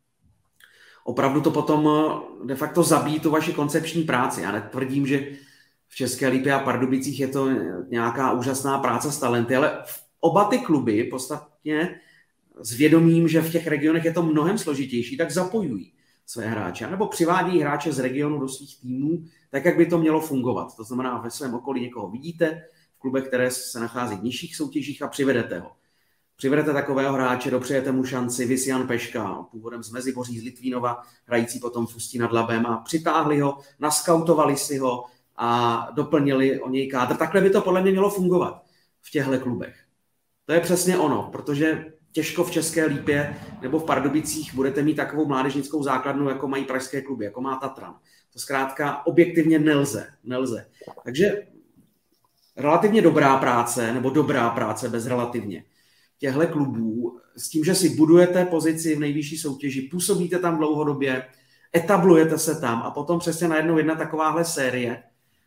opravdu to potom de facto zabíjí tu vaši koncepční práci. Já netvrdím, že v České Lípě a Pardubicích je to nějaká úžasná práce s talenty, ale oba ty kluby podstatně s vědomím, že v těch regionech je to mnohem složitější, tak zapojují své hráče, nebo přivádějí hráče z regionu do svých týmů, tak, jak by to mělo fungovat. To znamená, ve svém okolí někoho vidíte, v klubech, které se nachází v nižších soutěžích a přivedete ho. Přivedete takového hráče, dopřejete mu šanci, vys Jan Peška, původem z Meziboří, z Litvínova, hrající potom v Ústí nad Labem a přitáhli ho, naskautovali si ho a doplnili o něj kádr. Takhle by to podle mě mělo fungovat v těchto klubech. To je přesně ono, protože těžko v České Lípě nebo v Pardubicích budete mít takovou mládežnickou základnu, jako mají pražské kluby, jako má Tatran. To zkrátka objektivně nelze. nelze. Takže relativně dobrá práce, nebo dobrá práce bez relativně těchto klubů, s tím, že si budujete pozici v nejvyšší soutěži, působíte tam dlouhodobě, etablujete se tam a potom přesně najednou jedna takováhle série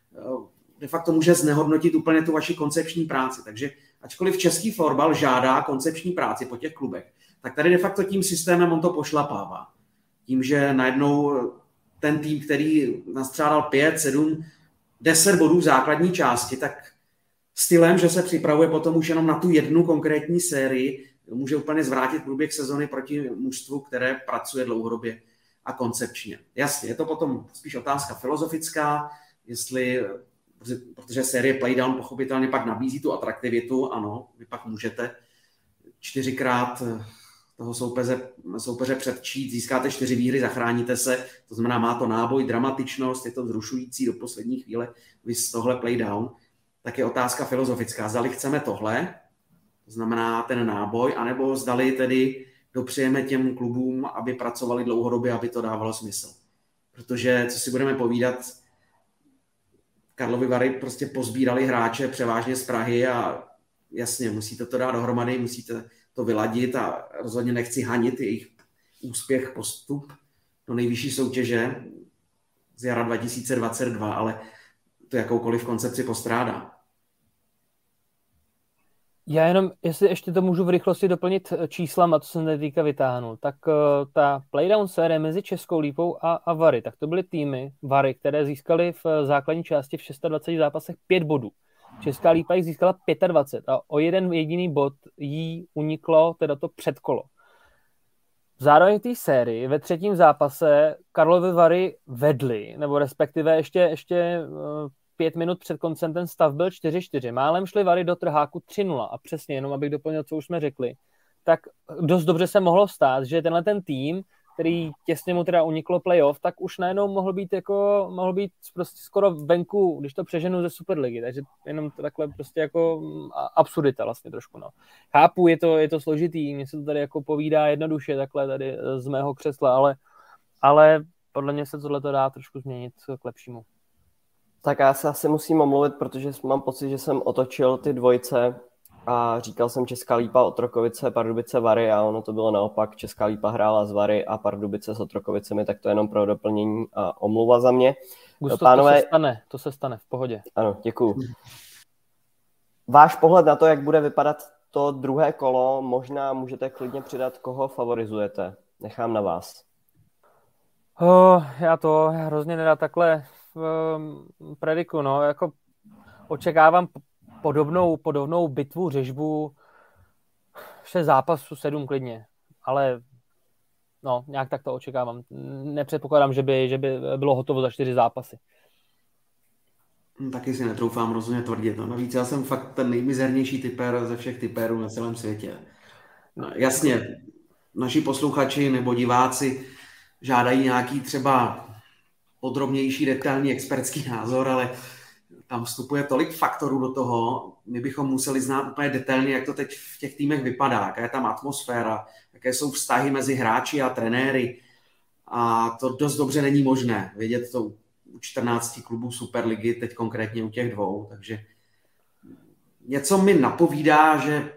de facto může znehodnotit úplně tu vaši koncepční práci. Takže ačkoliv český florbal žádá koncepční práci po těch klubech, tak tady de facto tím systémem on to pošlapává. Tím, že najednou ten tým, který nastřádal pět, sedm, deset bodů v základní části, tak stylem, že se připravuje potom už jenom na tu jednu konkrétní sérii, může úplně zvrátit průběh sezony proti mužstvu, které pracuje dlouhodobě a koncepčně. Jasně, je to potom spíš otázka filozofická, jestli, protože série Playdown pochopitelně pak nabízí tu atraktivitu, ano, vy pak můžete čtyřikrát toho soupeře, soupeře předčít, získáte čtyři výhry, zachráníte se, to znamená, má to náboj, dramatičnost, je to vzrušující do poslední chvíle, vy z tohle Playdown, tak je otázka filozofická. Zdali chceme tohle, to znamená ten náboj, anebo zdali tedy dopřejeme těm klubům, aby pracovali dlouhodobě, aby to dávalo smysl. Protože, co si budeme povídat, Karlovy Vary prostě pozbírali hráče převážně z Prahy a jasně, musíte to dát dohromady, musíte to vyladit a rozhodně nechci hanit jejich úspěch, postup do nejvyšší soutěže z jara dva tisíce dvacet dva, ale to jakoukoliv koncepci postrádá. Já jenom, jestli ještě to můžu v rychlosti doplnit číslama, to jsem teďka vytáhnul, tak uh, ta playdown série mezi Českou Lípou a, a Vary, tak to byly týmy Vary, které získaly v základní části v dvaceti šesti zápasech pět bodů. Česká Lípa jich získala dvacet pět a o jeden jediný bod jí uniklo teda to předkolo. Zároveň v té sérii ve třetím zápase Karlovy Vary vedly, nebo respektive ještě, ještě uh, pět minut před koncem ten stav byl čtyři čtyři. Málem šly Vary do trháku tři nula a přesně, jenom abych doplnil, co už jsme řekli, tak dost dobře se mohlo stát, že tenhle ten tým, který těsně mu teda uniklo playoff, tak už najednou mohl být jako, mohl být prostě skoro venku, když to přeženu ze Superligy, takže jenom to takhle prostě jako absurdita vlastně trošku, no. Chápu, je to, je to složitý, mně se to tady jako povídá jednoduše takhle tady z mého křesla, ale, ale podle mě se tohle to dá trošku změnit k lepšímu. Tak já se asi musím omluvit, protože mám pocit, že jsem otočil ty dvojce a říkal jsem Česká Lípa, Otrokovice, Pardubice, Vary a ono to bylo naopak. Česká Lípa hrála z Vary a Pardubice s Otrokovicemi, tak to je jenom pro doplnění a omluva za mě. Gusto, Pánové... to se stane, to se stane, v pohodě. Ano, děkuju. Váš pohled na to, jak bude vypadat to druhé kolo, možná můžete klidně přidat, koho favorizujete. Nechám na vás. Oh, já to já hrozně nedá takhle um, prediku, no, jako očekávám podobnou, podobnou bitvu, řežbu, šest zápasů, sedm klidně, ale no, nějak tak to očekávám. Nepředpokládám, že by, že by bylo hotovo za čtyři zápasy. Taky si netroufám rozhodně tvrdit. No. Navíc já jsem fakt ten nejmizernější typer ze všech typerů na celém světě. No, jasně, naši posluchači nebo diváci žádají nějaký třeba podrobnější, detailní expertský názor, ale tam vstupuje tolik faktorů do toho, my bychom museli znát úplně detailně, jak to teď v těch týmech vypadá, jaká je tam atmosféra, jaké jsou vztahy mezi hráči a trenéry. A to dost dobře není možné vědět to u čtrnácti klubů Superligy, teď konkrétně u těch dvou. Takže něco mi napovídá, že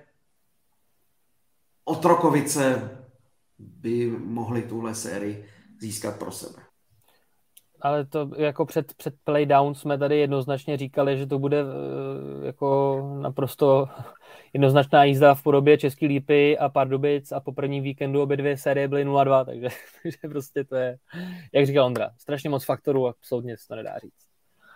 Otrokovice by mohly tuhle sérii získat pro sebe. Ale to jako před, před playdown jsme tady jednoznačně říkali, že to bude jako naprosto jednoznačná jízda v podobě České Lípy a Pardubic a po prvním víkendu obě dvě série byly nula dva, takže, takže prostě to je, jak říkal Ondra, strašně moc faktorů a absolutně se to nedá říct.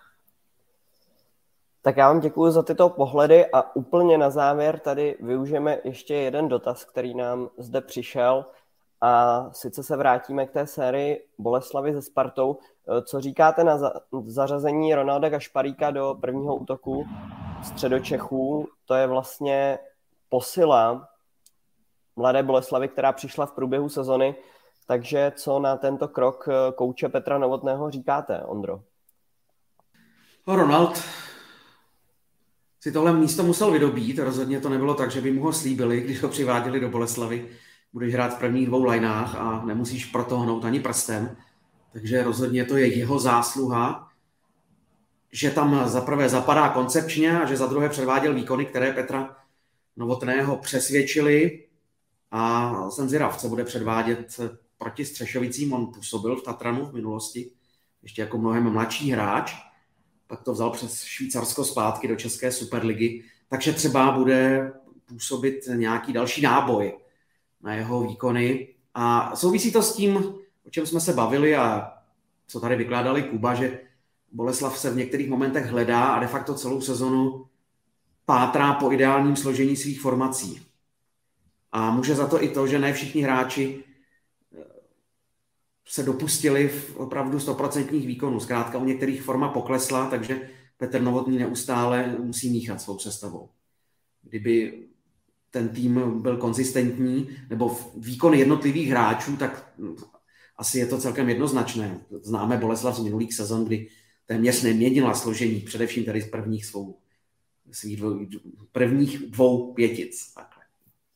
Tak já vám děkuji za tyto pohledy a úplně na závěr tady využijeme ještě jeden dotaz, který nám zde přišel. A sice se vrátíme k té sérii Boleslavy se Spartou. Co říkáte na za- zařazení Ronalda Gašparíka do prvního útoku Středočechů? To je vlastně posila mladé Boleslavy, která přišla v průběhu sezony. Takže co na tento krok kouče Petra Novotného říkáte, Ondro? Ronald si tohle místo musel vydobít. Rozhodně to nebylo tak, že by mu ho slíbili, když ho přiváděli do Boleslavy. Budeš hrát v prvních dvou lineách a nemusíš proto hnout ani prstem. Takže rozhodně to je jeho zásluha, že tam za prvé zapadá koncepčně a že za druhé předváděl výkony, které Petra Novotného přesvědčili. A jsem zvědav, co bude předvádět proti Střešovicím. On působil v Tatranu v minulosti, ještě jako mnohem mladší hráč. Pak to vzal přes Švýcarsko zpátky do České Superligy. Takže třeba bude působit nějaký další náboj na jeho výkony. A souvisí to s tím, o čem jsme se bavili a co tady vykládali Kuba, že Boleslav se v některých momentech hledá a de facto celou sezonu pátrá po ideálním složení svých formací. A může za to i to, že ne všichni hráči se dopustili v opravdu stoprocentních výkonů. Zkrátka u některých forma poklesla, takže Petr Novotný neustále musí míchat svou sestavou. Kdyby ten tým byl konzistentní, nebo výkon jednotlivých hráčů, tak asi je to celkem jednoznačné. Známe Boleslav z minulých sezon, kdy téměř neměnila složení, především tady z prvních svou, svých dvou, prvních dvou pětic. Takhle.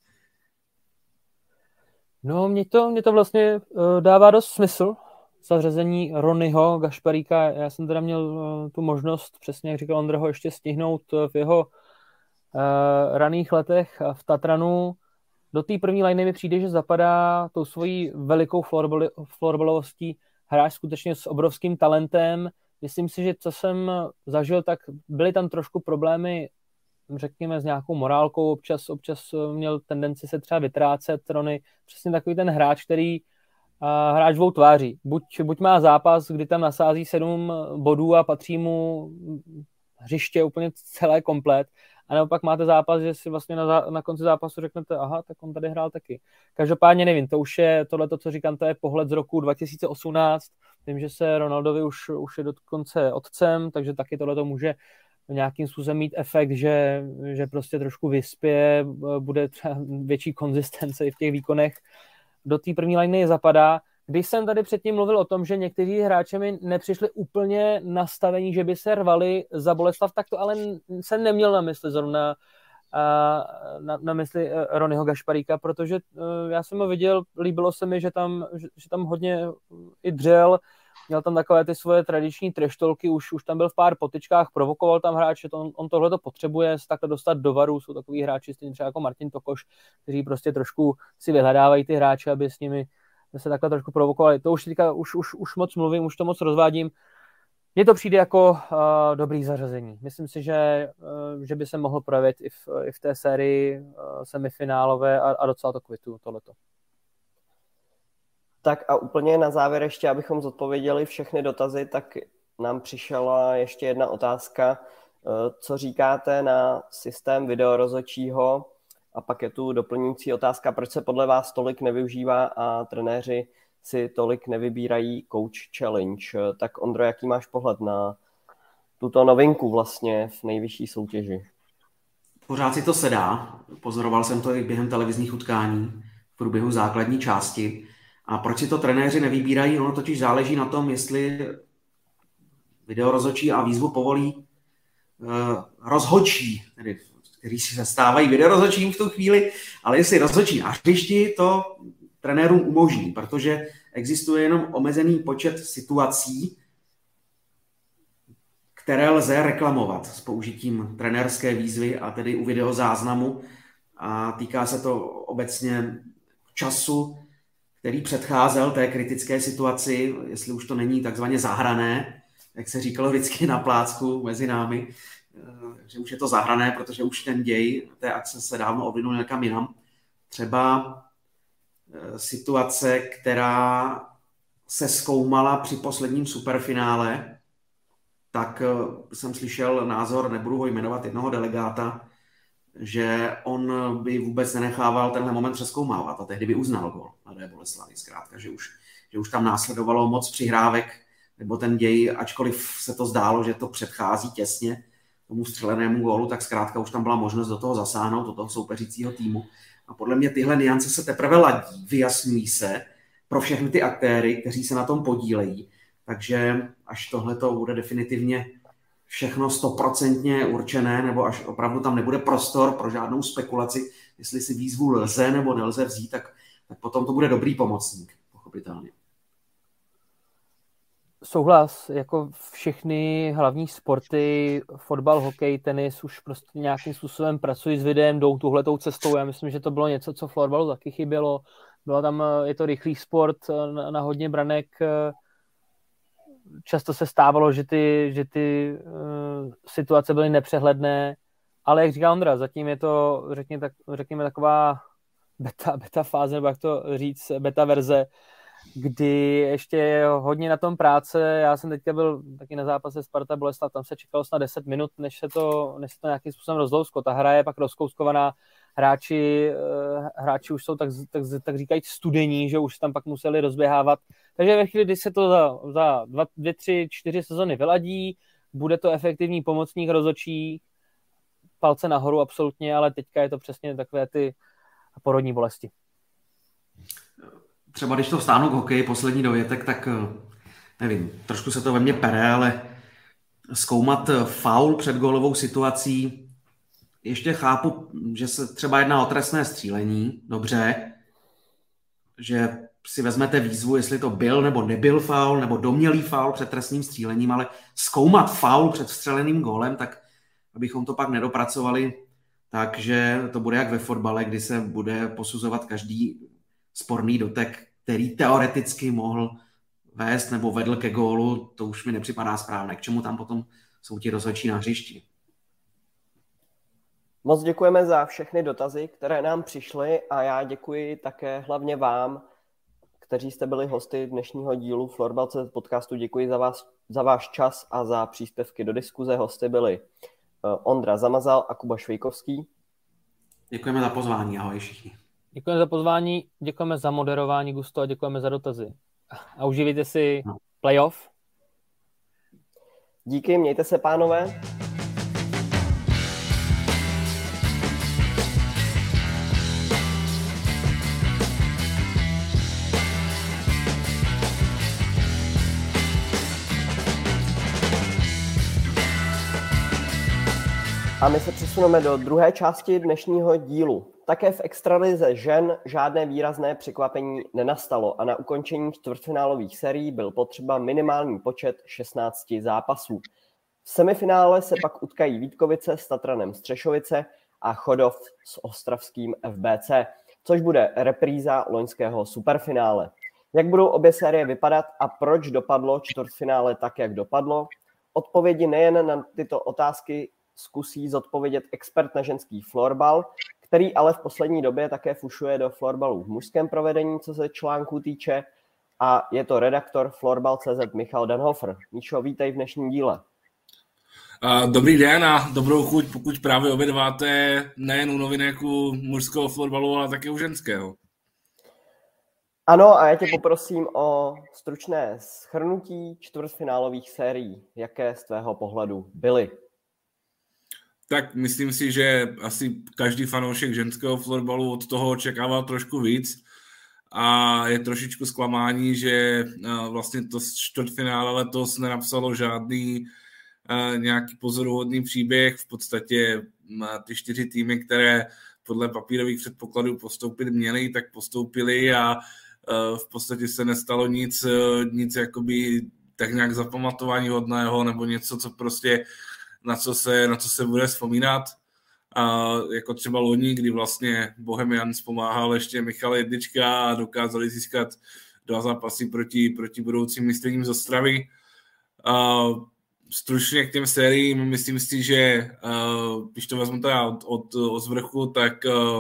No, mně to, mě to vlastně uh, dává dost smysl, zařazení Ronyho Gašparíka. Já jsem teda měl uh, tu možnost, přesně jak říkal Ondra, ho ještě stihnout v jeho uh, raných letech v Tatranu. Do té první liney mi přijde, že zapadá tou svojí velikou florbalovostí hráč skutečně s obrovským talentem. Myslím si, že co jsem zažil, tak byly tam trošku problémy řekněme, s nějakou morálkou, občas, občas měl tendenci se třeba vytrácet. Rony, přesně takový ten hráč, který uh, hráč dvou tváří. Buď, buď má zápas, kdy tam nasází sedm bodů a patří mu hřiště úplně celé komplet, a nebo pak máte zápas, že si vlastně na, na konci zápasu řeknete, aha, tak on tady hrál taky. Každopádně nevím, to už je, tohleto, co říkám, to je pohled z roku dva tisíce osmnáct. Vím, že se Ronaldovi už, už je dokonce otcem, takže taky tohleto může nějakým způsobem mít efekt, že, že prostě trošku vyspěje, bude třeba větší konzistence i v těch výkonech. Do té první liney zapadá. Když jsem tady předtím mluvil o tom, že někteří hráči mi nepřišli úplně nastavení, že by se rvali za Boleslav, tak to ale jsem neměl na mysli zrovna na, na mysli Ronyho Gašparíka, protože já jsem ho viděl, líbilo se mi, že tam, že, že tam hodně i dřel, měl tam takové ty svoje tradiční treštolky, už, už tam byl v pár potyčkách, provokoval tam hráče, to on, on tohle to potřebuje se takhle dostat do varu, jsou takový hráči, stejně třeba jako Martin Tokoš, kteří prostě trošku si vyhledávají ty hráče, aby s nimi se takhle trošku provokovali. To už teďka už, už, už moc mluvím, už to moc rozvádím. Mně to přijde jako uh, dobrý zařazení. Myslím si, že, uh, že by se mohl projevit i v, i v té sérii uh, semifinálové a, a docela to kvitu tohleto. Tak a úplně na závěr ještě, abychom zodpověděli všechny dotazy, tak nám přišla ještě jedna otázka. Co říkáte na systém videorozhodčího? A pak je tu doplňující otázka, proč se podle vás tolik nevyužívá a trenéři si tolik nevybírají coach challenge. Tak Ondro, jaký máš pohled na tuto novinku vlastně v nejvyšší soutěži? Pořád si to sedá. Pozoroval jsem to i během televizních utkání v průběhu základní části. A proč si to trenéři nevybírají? Ono totiž záleží na tom, jestli videorozhodčí a výzvu povolí uh, rozhodčí, tedy, kteří se stávají videorozhodčím v tu chvíli, ale jestli rozhodčí na hřišti, to trenérům umožní, protože existuje jenom omezený počet situací, které lze reklamovat s použitím trenérské výzvy a tedy u videozáznamu. A týká se to obecně času, který předcházel té kritické situaci, jestli už to není takzvaně zahrané, jak se říkalo vždycky na plácku mezi námi, že už je to zahrané, protože už ten děj té akce se dávno odvinul někam jinam. Třeba situace, která se zkoumala při posledním superfinále, tak jsem slyšel názor, nebudu ho jmenovat, jednoho delegáta, že on by vůbec nenechával tenhle moment přezkoumávat a tehdy by uznal gól Mladé Boleslavi. Zkrátka, že už, že už tam následovalo moc přihrávek, nebo ten děj, ačkoliv se to zdálo, že to předchází těsně tomu střelenému gólu, tak zkrátka už tam byla možnost do toho zasáhnout, do toho soupeřícího týmu. A podle mě tyhle nuance se teprve ladí, vyjasňují se pro všechny ty aktéry, kteří se na tom podílejí. Takže až tohle to bude definitivně všechno stoprocentně určené, nebo až opravdu tam nebude prostor pro žádnou spekulaci, jestli si výzvu lze nebo nelze vzít, tak, tak potom to bude dobrý pomocník, pochopitelně. Souhlas, jako všechny hlavní sporty, fotbal, hokej, tenis, už prostě nějakým způsobem pracují s videem, jdou tuhletou cestou. Já myslím, že to bylo něco, co florbalu taky chybělo. Bylo tam, je to rychlý sport na, na hodně branek. Často se stávalo, že ty, že ty uh, situace byly nepřehledné, ale jak říká Ondra, zatím je to, řekněme, tak, řekněme taková beta, beta fáze, nebo jak to říct, beta verze, kdy ještě je hodně na tom práce. Já jsem teďka byl taky na zápase Sparta Boleslav, tam se čekalo snad deset minut, než se to, než se to nějakým způsobem rozlousklo. Ta hra je pak rozkouskovaná, hráči, hráči už jsou tak, tak, tak říkají studení, že už tam pak museli rozběhávat. Takže ve chvíli, kdy se to za, za dva, dvě, tři, čtyři sezony vyladí, bude to efektivní pomocník rozhodčí, palce nahoru absolutně, ale teďka je to přesně takové ty porodní bolesti. Třeba když to vstáhnu k hokeji, poslední dovětek, tak nevím, trošku se to ve mně pere, ale zkoumat faul před gólovou situací, ještě chápu, že se třeba jedná o trestné střílení, dobře, že si vezmete výzvu, jestli to byl nebo nebyl faul, nebo domnělý faul před trestným střílením, ale zkoumat faul před vstřeleným gólem, tak abychom to pak nedopracovali, takže to bude jak ve fotbale, kdy se bude posuzovat každý sporný dotek, který teoreticky mohl vést nebo vedl ke gólu, to už mi nepřipadá správné. K čemu tam potom jsou ti rozhodčí na hřišti? Moc děkujeme za všechny dotazy, které nám přišly a já děkuji také hlavně vám, kteří jste byli hosty dnešního dílu Florbal tečka cé zet podcastu. Děkuji za, vás, za váš čas a za příspěvky do diskuze. Hosty byli Ondra Zamazal a Kuba Švejkovský. Děkujeme za pozvání, ahoj všichni. Děkujeme za pozvání, děkujeme za moderování, Gusto, a děkujeme za dotazy. A uživejte si no. playoff. Díky, mějte se, pánové. A my se přesuneme do druhé části dnešního dílu. Také v extralize žen žádné výrazné překvapení nenastalo a na ukončení čtvrtfinálových sérií byl potřeba minimální počet šestnácti zápasů. V semifinále se pak utkají Vítkovice s Tatranem Střešovice a Chodov s ostravským F B C, což bude repríza loňského superfinále. Jak budou obě série vypadat a proč dopadlo čtvrtfinále tak, jak dopadlo? Odpovědi nejen na tyto otázky zkusí zodpovědět expert na ženský florbal, který ale v poslední době také fušuje do florbalu v mužském provedení, co se článků týče, a je to redaktor Florbal tečka cé zet Michal Denhofer. Míšo, vítej v dnešním díle. Dobrý den a dobrou chuť, pokud právě obědváte nejen u novinek u mužského florbalu, ale také u ženského. Ano, a já tě poprosím o stručné shrnutí čtvrtfinálových sérií. Jaké z tvého pohledu byly? Tak myslím si, že asi každý fanoušek ženského florbalu od toho očekával trošku víc a je trošičku zklamání, že vlastně to čtvrtfinále letos nenapsalo žádný nějaký pozoruhodný příběh. V podstatě ty čtyři týmy, které podle papírových předpokladů postoupit měly, tak postoupili a v podstatě se nestalo nic, nic jakoby tak nějak zapamatování hodného nebo něco, co prostě na co se, na co se bude vzpomínat. A jako třeba loni, kdy vlastně Bohemians pomáhal ještě Michal Jedlička a dokázali získat dva zápasy proti, proti budoucím mistryním z Ostravy. A stručně k těm sériím, myslím si, že když to vezmu teda od, od, od zvrchu, tak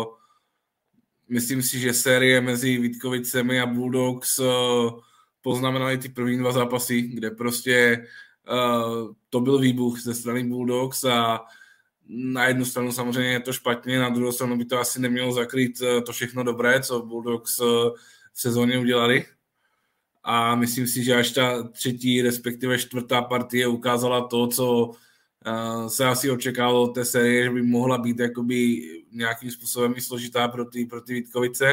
myslím si, že série mezi Vítkovicemi a Bulldogs poznamenaly ty první dva zápasy, kde prostě Uh, to byl výbuch ze strany Bulldogs a na jednu stranu samozřejmě je to špatně, na druhou stranu by to asi nemělo zakrýt uh, to všechno dobré, co Bulldogs uh, v sezóně udělali. A myslím si, že až ta třetí, respektive čtvrtá partie ukázala to, co uh, se asi očekávalo od té série, že by mohla být jakoby nějakým způsobem i složitá pro ty, pro ty Vítkovice.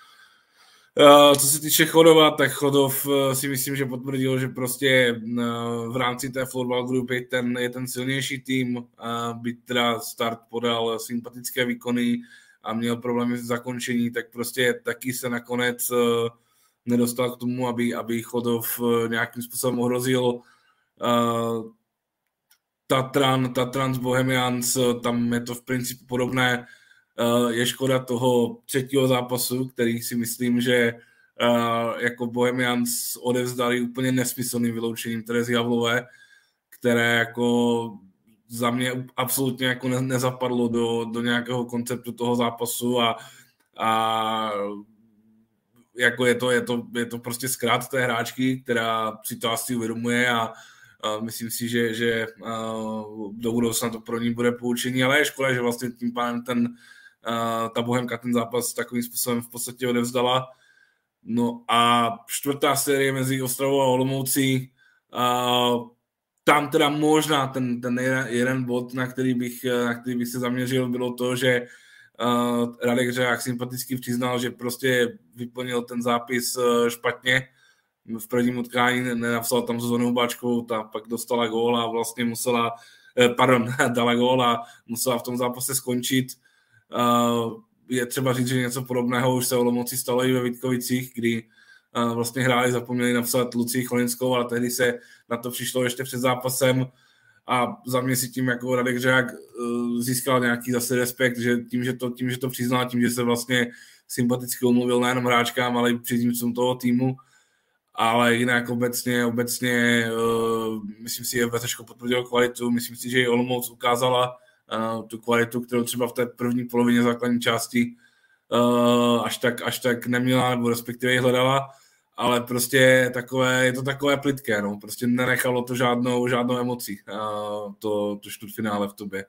Uh, co se týče Chodova, tak Chodov uh, si myslím, že potvrdil, že prostě uh, v rámci té florbal grupy ten, je ten silnější tým, uh, byť teda start podal sympatické výkony a měl problémy s zakončení, tak prostě taky se nakonec uh, nedostal k tomu, aby, aby Chodov uh, nějakým způsobem ohrozil. Uh, Tatran, Tatran z Bohemians, uh, tam je to v principu podobné. Uh, je škoda toho třetího zápasu, který si myslím, že uh, jako Bohemians odevzdali úplně nesmyslným vyloučením Terezy Havlové, které jako za mě absolutně jako ne, nezapadlo do, do nějakého konceptu toho zápasu a, a jako je to, je, to, je to prostě zkrát té hráčky, která si to asi uvědomuje a Uh, myslím si, že, že uh, do budoucna to pro ní bude poučení, ale je škoda, že vlastně tím pádem ten, uh, ta Bohemka ten zápas takovým způsobem v podstatě odevzdala. No a čtvrtá série mezi Ostravou a Olomoucí, uh, tam teda možná ten, ten jeden, jeden bod, na který, bych, na který bych se zaměřil, bylo to, že uh, Radek Řehák sympaticky přiznal, že prostě vyplnil ten zápis uh, špatně. V prvním utkání nenapsal tam Zuzanou Báčkovou, ta pak dostala gól a vlastně musela, pardon, dala gól a musela v tom zápase skončit. Je třeba říct, že něco podobného už se Olomouci stalo i ve Vítkovicích, kdy vlastně hráli, zapomněli napsat Lucii Cholinskou, ale tehdy se na to přišlo ještě před zápasem a za mě si tím jako Radek Řehák získal nějaký zase respekt, že tím, že to, tím, že to přiznal, tím, že se vlastně sympaticky omluvil nejenom hráčkám, ale i příznivcům toho týmu. Ale jinak obecně, obecně uh, myslím si, že Vezeško potvrdil kvalitu, myslím si, že i Olomouc ukázala uh, tu kvalitu, kterou třeba v té první polovině základní části uh, až, tak, až tak neměla, nebo respektive ji hledala, ale prostě takové, je to takové plitké, no. Prostě nenechalo to žádnou, žádnou emoci, uh, to, to čtvrtfinále v tobě.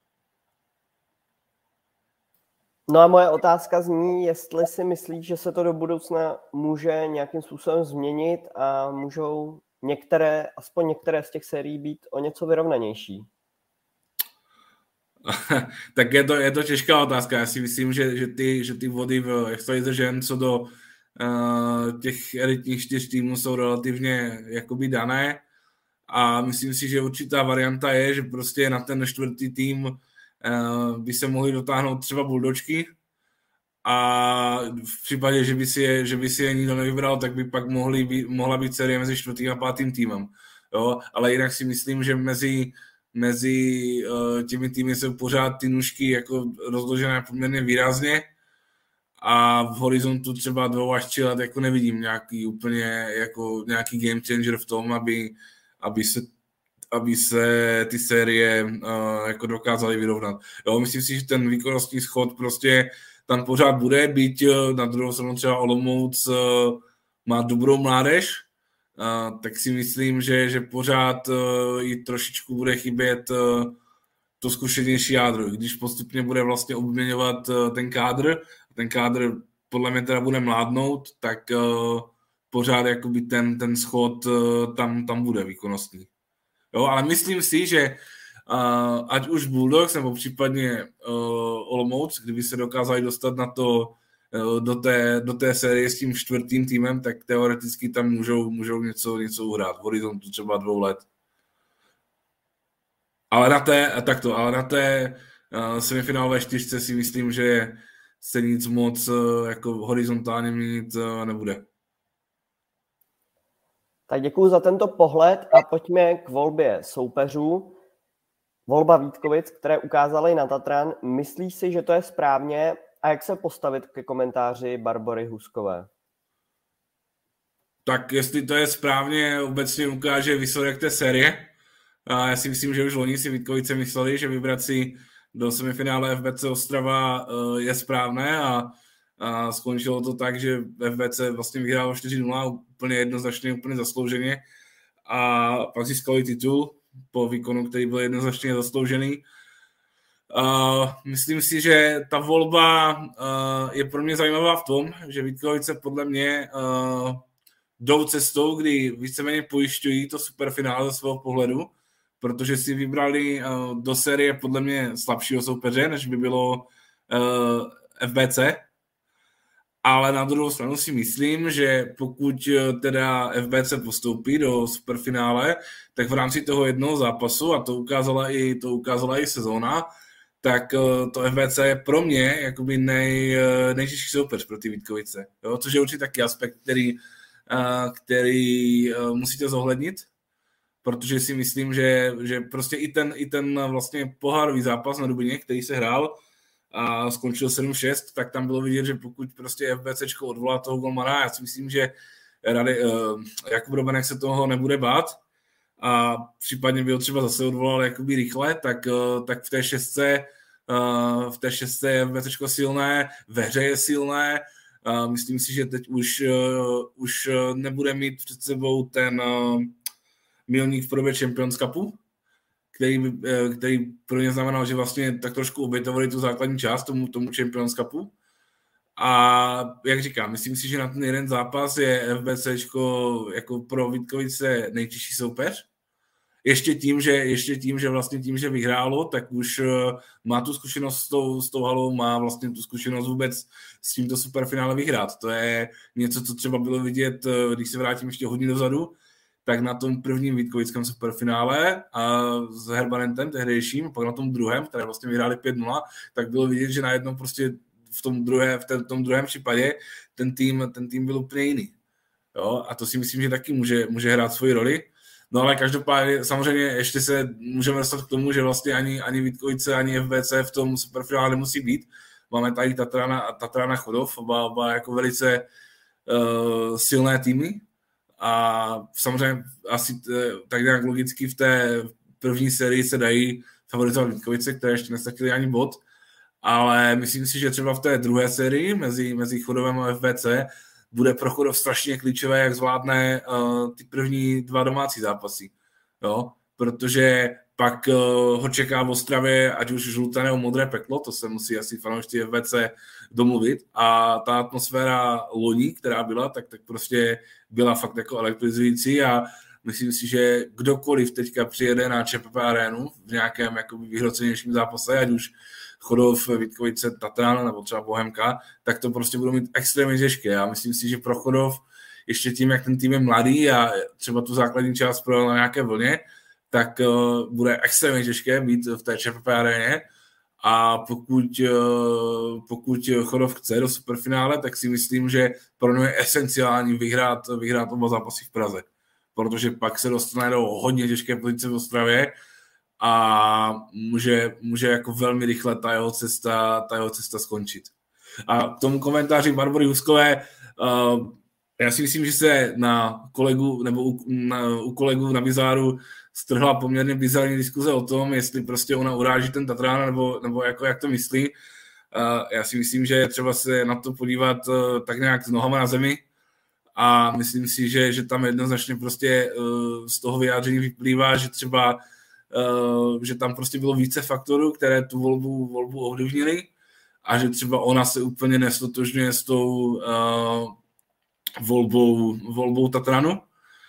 No a moje otázka zní, jestli si myslíš, že se to do budoucna může nějakým způsobem změnit a můžou některé, aspoň některé z těch sérií být o něco vyrovnanější. Tak je to, je to těžká otázka. Já si myslím, že, že, ty, že ty vody v extralize žen co do uh, těch elitních čtyř týmů jsou relativně jakoby dané a myslím si, že určitá varianta je, že prostě na ten čtvrtý tým uh, by se mohli dotáhnout třeba buldočky a v případě, že by si je, že by si je nikdo nevybral, tak by pak mohly být, mohla být série mezi čtvrtým a pátým týmem. Jo? Ale jinak si myslím, že mezi, mezi uh, těmi týmy jsou pořád ty nůžky jako rozložené poměrně výrazně a v horizontu třeba dvou až tři let jako nevidím nějaký úplně jako nějaký game changer v tom, aby, aby se aby se ty série uh, jako dokázaly vyrovnat. Jo, myslím si, že ten výkonnostní schod prostě tam pořád bude, byť na druhou stranu třeba Olomouc uh, má dobrou mládež, uh, tak si myslím, že, že pořád uh, jí trošičku bude chybět uh, to zkušenější jádro, když postupně bude vlastně obměňovat uh, ten kádr, ten kádr podle mě teda bude mládnout, tak uh, pořád jakoby ten, ten schod uh, tam, tam bude výkonnostní. Jo, ale myslím si, že uh, ať už Bulldogs nebo případně uh, Olomouc, kdyby se dokázali dostat na to, uh, do, té, do té série s tím čtvrtým týmem, tak teoreticky tam můžou, můžou něco, něco uhrát v horizontu třeba dvou let. Ale na té, takto, ale na té uh, semifinálové čtyřce si myslím, že se nic moc uh, jako horizontálně měnit uh, nebude. Tak děkuji za tento pohled a pojďme k volbě soupeřů. Volba Vítkovic, které ukázali na Tatran. Myslíš si, že to je správně a jak se postavit ke komentáři Barbory Huskové? Tak jestli to je správně, obecně ukáže výsledek té série. A já si myslím, že už loni si Vítkovice mysleli, že vybrat si do semifinále F B C Ostrava je správné a a skončilo to tak, že F B C vlastně vyhrálo čtyři nula úplně jednoznačně, úplně zaslouženě a pak získali titul po výkonu, který byl jednoznačně zasloužený. Uh, myslím si, že ta volba uh, je pro mě zajímavá v tom, že Vítkovice podle mě uh, jdou cestou, kdy víceméně pojišťují to superfinále ze svého pohledu, protože si vybrali uh, do série podle mě slabšího soupeře, než by bylo uh, F B C. Ale na druhou stranu si myslím, že pokud teda F B C postoupí do superfinále, tak v rámci toho jednoho zápasu, a to ukázala i, to ukázala i sezóna, tak to F B C je pro mě jakoby nej, nejtěžší soupeř pro ty Vítkovice. Jo? Což je určitě taky aspekt, který, který musíte zohlednit, protože si myslím, že, že prostě i ten, i ten vlastně pohárový zápas na Dubině, který se hrál, a skončil sedm šest, tak tam bylo vidět, že pokud prostě FBCčko odvolá toho golmana, já si myslím, že Rady, uh, Jakub Robenek se toho nebude bát a případně by ho třeba zase odvolal jakoby rychle, tak, uh, tak v té šestce uh, v té šestce je FBCčko silné, ve hře je silné, uh, myslím si, že teď už, uh, už uh, nebude mít před sebou ten uh, milník v podobě Champions Cupu, Který, který pro ně znamenal, že vlastně tak trošku obětovali tu základní část tomu, tomu Champions Cupu. A jak říkám, myslím si, že na ten jeden zápas je FBCčko jako pro Vítkovice nejtěžší soupeř. Ještě tím, že, ještě tím, že vlastně tím, že vyhrálo, tak už má tu zkušenost s tou, s tou halou, má vlastně tu zkušenost vůbec s tímto superfinále vyhrát. To je něco, co třeba bylo vidět, když se vrátím ještě hodně dozadu, tak na tom prvním vítkovickém superfinále a s Herbanentem tehdejším, pak na tom druhém, které vlastně vyhráli pět nula, tak bylo vidět, že najednou prostě v tom, druhé, v ten, tom druhém případě ten tým, ten tým byl úplně jiný. Jo? A to si myslím, že taky může, může hrát svoji roli. No ale každopádně samozřejmě ještě se můžeme dostat k tomu, že vlastně ani, ani Vítkovice, ani F B C v tom superfinále nemusí být. Máme tady Tatrana a Tatrana Chodov, oba, oba jako velice uh, silné týmy. A samozřejmě asi t, tak nějak logicky v té první sérii se dají favorizovat Vítkovice, které ještě nestratili ani bod, ale myslím si, že třeba v té druhé sérii mezi, mezi Chodovem a F B C bude pro Chodov strašně klíčové, jak zvládne uh, ty první dva domácí zápasy. Jo? Protože pak uh, ho čeká v Ostravě, ať už žluté nebo modré peklo, to se musí asi fanoušci F B C domluvit. A ta atmosféra loni, která byla, tak, tak prostě byla fakt jako elektrizující a myslím si, že kdokoliv teďka přijede na ČPP arénu v nějakém jakoby vyhrocenějším zápase, ať už Chodov, Vítkovice, Tatran nebo třeba Bohemka, tak to prostě budou mít extrémně těžké. Já myslím si, že pro Chodov ještě tím, jak ten tým je mladý a třeba tu základní část projel na nějaké vlně, tak uh, bude extrémně těžké být v té ČPP aréně a pokud, uh, pokud Chodov chce do superfinále, tak si myslím, že pro ně je esenciální vyhrát, vyhrát oba zápasy v Praze, protože pak se dostane do hodně těžké pozice v Ostravě a může, může jako velmi rychle ta jeho cesta, ta jeho cesta skončit. A k tomu komentáři Barbory Huskové, uh, já si myslím, že se na kolegu, nebo u, na, u kolegů na Bizáru strhla poměrně bizarní diskuze o tom, jestli prostě ona uráží ten Tatran, nebo, nebo jako, jak to myslí. Uh, já si myslím, že je třeba se na to podívat uh, tak nějak s nohama na zemi a myslím si, že, že tam jednoznačně prostě uh, z toho vyjádření vyplývá, že třeba uh, že tam prostě bylo více faktorů, které tu volbu, volbu ovlivnily a že třeba ona se úplně nestotožňuje s tou uh, volbou, volbou Tatranu.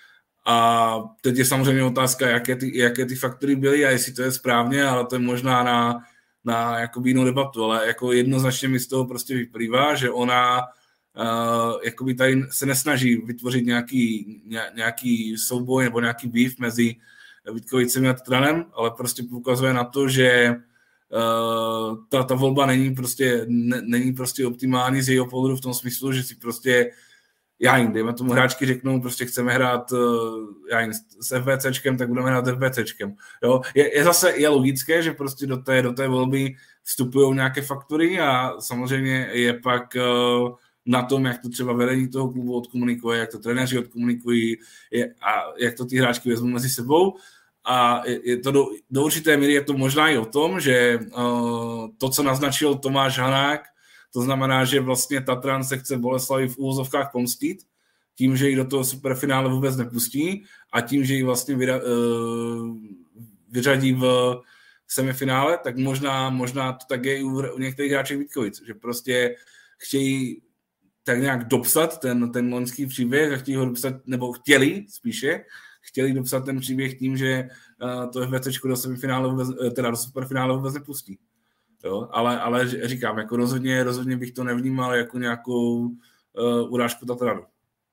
A teď je samozřejmě otázka, jaké ty, jaké ty faktory byly a jestli to je správně, ale to je možná na, na jakoby jinou debatu, ale jako jednoznačně mi z toho prostě vyplývá, že ona uh, jakoby tady se nesnaží vytvořit nějaký, nějaký souboj nebo nějaký beef mezi Vítkovicemi a Tatranem, ale prostě poukazuje na to, že uh, ta, ta volba není prostě, ne, není prostě optimální z jejího pohledu v tom smyslu, že si prostě já jim, dejme tomu hráčky řeknou, prostě chceme hrát já jim, s FBCčkem, tak budeme hrát FBCčkem. Jo? Je, je zase je logické, že prostě do té, do té volby vstupují nějaké faktory a samozřejmě je pak uh, na tom, jak to třeba vedení toho klubu odkomunikuje, jak to trenéři odkomunikují je, a jak to ty hráčky vezmou mezi sebou. A je, je to do, do určité míry je to možná i o tom, že uh, to, co naznačil Tomáš Hanák, to znamená, že vlastně Tatran se chce Boleslavi v úvozovkách pomstit, tím, že ji do toho superfinále vůbec nepustí a tím, že ji vlastně vyra, uh, vyřadí v semifinále, tak možná, možná to tak je i u, u některých hráčů Vítkovic, že prostě chtějí tak nějak dopsat ten, ten loňský příběh a chtějí ho dopsat, nebo chtěli spíše, chtěli dopsat ten příběh tím, že uh, to FBCčko do semifinále vůbec, teda do superfinále vůbec nepustí. Jo, ale, ale říkám, jako rozhodně, rozhodně bych to nevnímal jako nějakou uh, urážku Tatranu.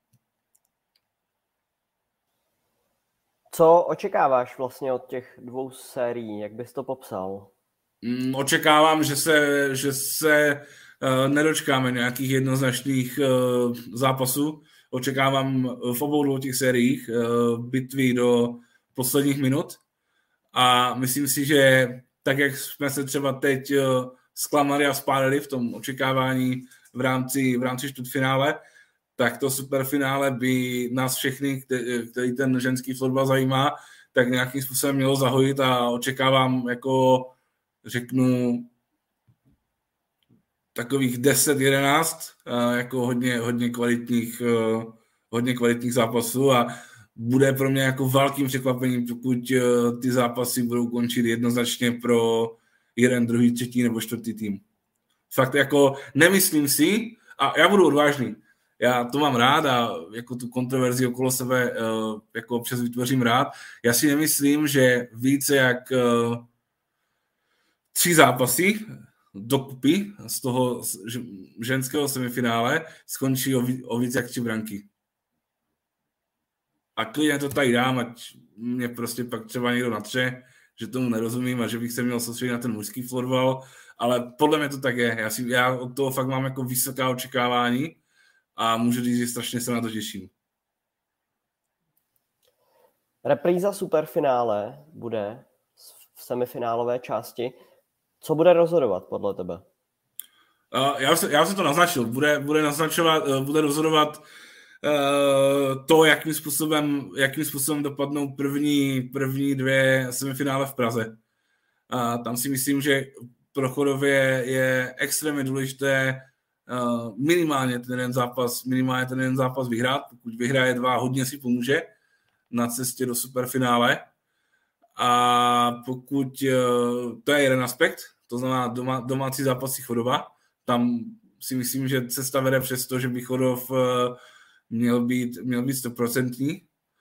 Co očekáváš vlastně od těch dvou sérií? Jak bys to popsal? Mm, očekávám, že se, že se uh, nedočkáme nějakých jednoznačných uh, zápasů. Očekávám v obou dvou těch sériích uh, bitvy do posledních minut a myslím si, že tak jak jsme se třeba teď uh, zklamali a spálili v tom očekávání v rámci, v rámci čtvrtfinále, tak to superfinále by nás všechny, který, který ten ženský fotbal zajímá, tak nějakým způsobem mělo zahojit a očekávám jako, řeknu, takových deset jedenáct uh, jako hodně, hodně kvalitních, uh, hodně kvalitních zápasů a bude pro mě jako velkým překvapením, pokud uh, ty zápasy budou končit jednoznačně pro jeden, druhý, třetí nebo čtvrtý tým. Fakt jako nemyslím si, a já budu odvážný, já to mám rád a jako tu kontroverzi okolo sebe uh, jako občas vytvořím rád. Já si nemyslím, že více jak uh, tři zápasy dokupy z toho ženského semifinále skončí o, ví, o víc jak tři branky. A klidně to tady dám, ať mě prostě pak třeba někdo natře, že tomu nerozumím a že bych se měl soustředit na ten mužský fotbal, ale podle mě to tak je. Já, si, já od toho fakt mám jako vysoká očekávání a můžu říct, že strašně se na to těším. Repríza superfinále bude v semifinálové části. Co bude rozhodovat podle tebe? Uh, já, se, já jsem to naznačil. Bude, bude, naznačovat, uh, bude rozhodovat uh, to, jakým způsobem, jakým způsobem dopadnou první, první dvě semifinále v Praze. A tam si myslím, že pro Chodově je extrémně důležité uh, minimálně ten jeden zápas, minimálně ten jeden zápas vyhrát. Pokud vyhraje dva, hodně si pomůže na cestě do superfinále. A pokud, uh, to je jeden aspekt, to znamená doma, domácí zápasy Chodova, tam si myslím, že cesta vede přes to, že by Chodov uh, měl být, měl být stoprocentní.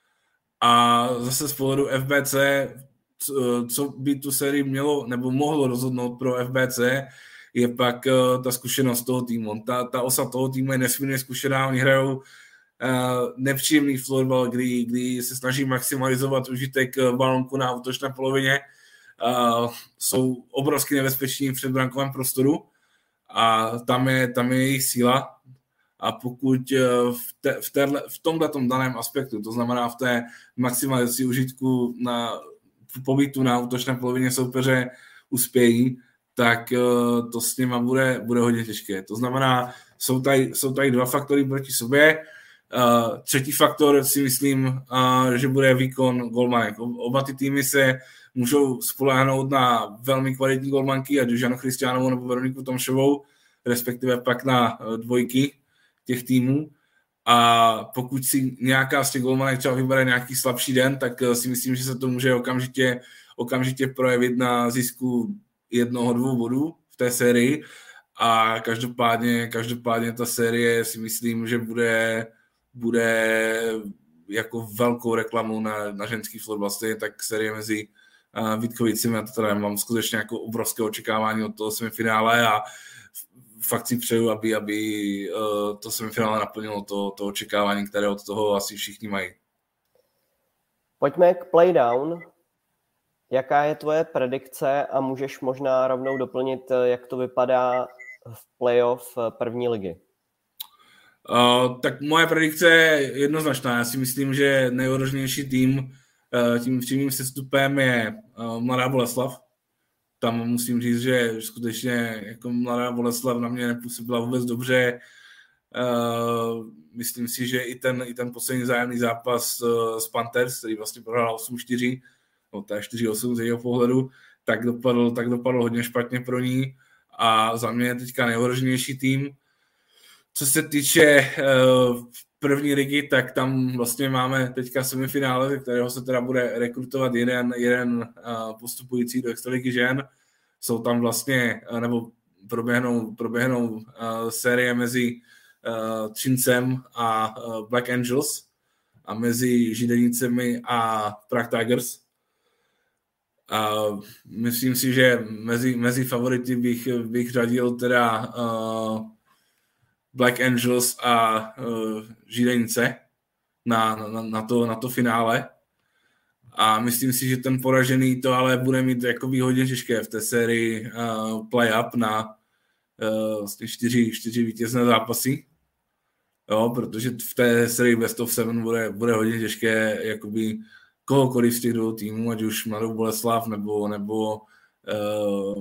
A zase z pohledu F B C, co, co by tu sérii mělo nebo mohlo rozhodnout pro F B C, je pak uh, ta zkušenost toho týmu. Ta, ta osa toho týmu je nesmírně zkušená, oni hrajou uh, nepříjemný florbal, kdy, kdy se snaží maximalizovat užitek balonku na útočné polovině. Uh, jsou obrovsky nebezpeční v předbrankovém prostoru a tam je, tam je jejich síla. A pokud v, te, v, téhle, v tomhletom daném aspektu, to znamená v té maximalizaci užitku na pobytu na útočné polovině soupeře uspějí, tak to s nima bude, bude hodně těžké. To znamená, jsou tady, jsou tady dva faktory proti sobě. Uh, třetí faktor si myslím, uh, že bude výkon golmanek. Oba ty týmy se můžou spoléhnout na velmi kvalitní golmanky, ať už Janu Christianovou nebo Veroniku Tomšovou, respektive pak na uh, dvojky těch týmů. A pokud si nějaká z těch golmanek třeba vybere nějaký slabší den, tak uh, si myslím, že se to může okamžitě, okamžitě projevit na zisku jednoho, dvou bodů v té sérii. A každopádně, každopádně ta série si myslím, že bude bude jako velkou reklamu na, na ženský florbal. Stejně tak série mezi uh, Vítkovicemi a Tatranem. Mám skutečně jako obrovské očekávání od toho semifinále a fakt si přeju, aby, aby uh, to semifinále naplnilo to, to očekávání, které od toho asi všichni mají. Pojďme k playdown. Jaká je tvoje predikce a můžeš možná rovnou doplnit, jak to vypadá v playoff první ligy? Uh, tak moje predikce je jednoznačná. Já si myslím, že nejohroženější tým uh, tím přímým sestupem je uh, Mladá Boleslav. Tam musím říct, že skutečně jako Mladá Boleslav na mě nepůsobila vůbec dobře. Uh, myslím si, že i ten, i ten poslední vzájemný zápas uh, s Panthers, který vlastně prohrál osm čtyři, no to je čtyři osm z jejího pohledu, tak dopadl, tak dopadl hodně špatně pro ní. A za mě je teďka nejohroženější tým. Co se týče uh, první ligy, tak tam vlastně máme teďka semifinále, ze kterého se teda bude rekrutovat jeden, jeden uh, postupující do extraligy žen. Jsou tam vlastně, uh, nebo proběhnou, proběhnou uh, série mezi uh, Třincem a uh, Black Angels a mezi Židenicemi a Prague Tigers. Uh, myslím si, že mezi, mezi favority bych, bych řadil teda uh, Black Angels a uh, Židenice na, na, na, to, na to finále. A myslím si, že ten poražený to ale bude mít jakoby hodně těžké v té sérii uh, play-up na uh, vlastně čtyři, čtyři vítězné zápasy. Jo, protože v té sérii Best of Seven bude, bude hodně těžké jakoby kohokoliv z těch dvou týmů, ať už Mladou Boleslav nebo, nebo uh,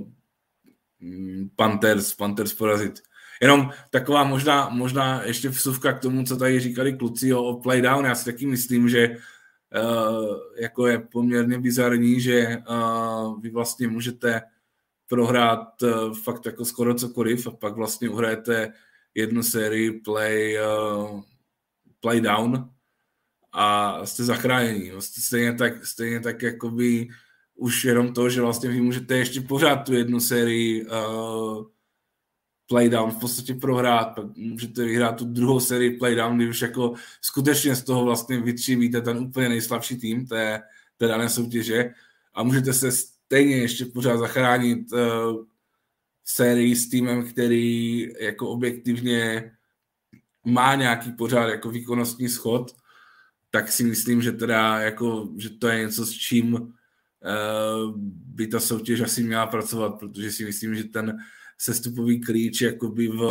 Panthers, Panthers porazit. Jenom taková možná, možná ještě vsuvka k tomu, co tady říkali kluci o, o playdown. Já si taky myslím, že uh, jako je poměrně bizarní, že uh, vy vlastně můžete prohrát uh, fakt jako skoro cokoliv a pak vlastně uhrajete jednu sérii play, uh, playdown a jste zachránění. Jste stejně tak, stejně tak jakoby už jenom to, že vlastně vy můžete ještě pořád tu jednu sérii uh, playdown v podstatě prohrát, pak můžete vyhrát tu druhou sérii playdown, kdy už jako skutečně z toho vlastně vytřívíte ten úplně nejslabší tým té, té dané soutěže a můžete se stejně ještě pořád zachránit uh, sérii s týmem, který jako objektivně má nějaký pořád jako výkonnostní schod, tak si myslím, že teda jako, že to je něco, s čím uh, by ta soutěž asi měla pracovat, protože si myslím, že ten sestupový klíč jakoby v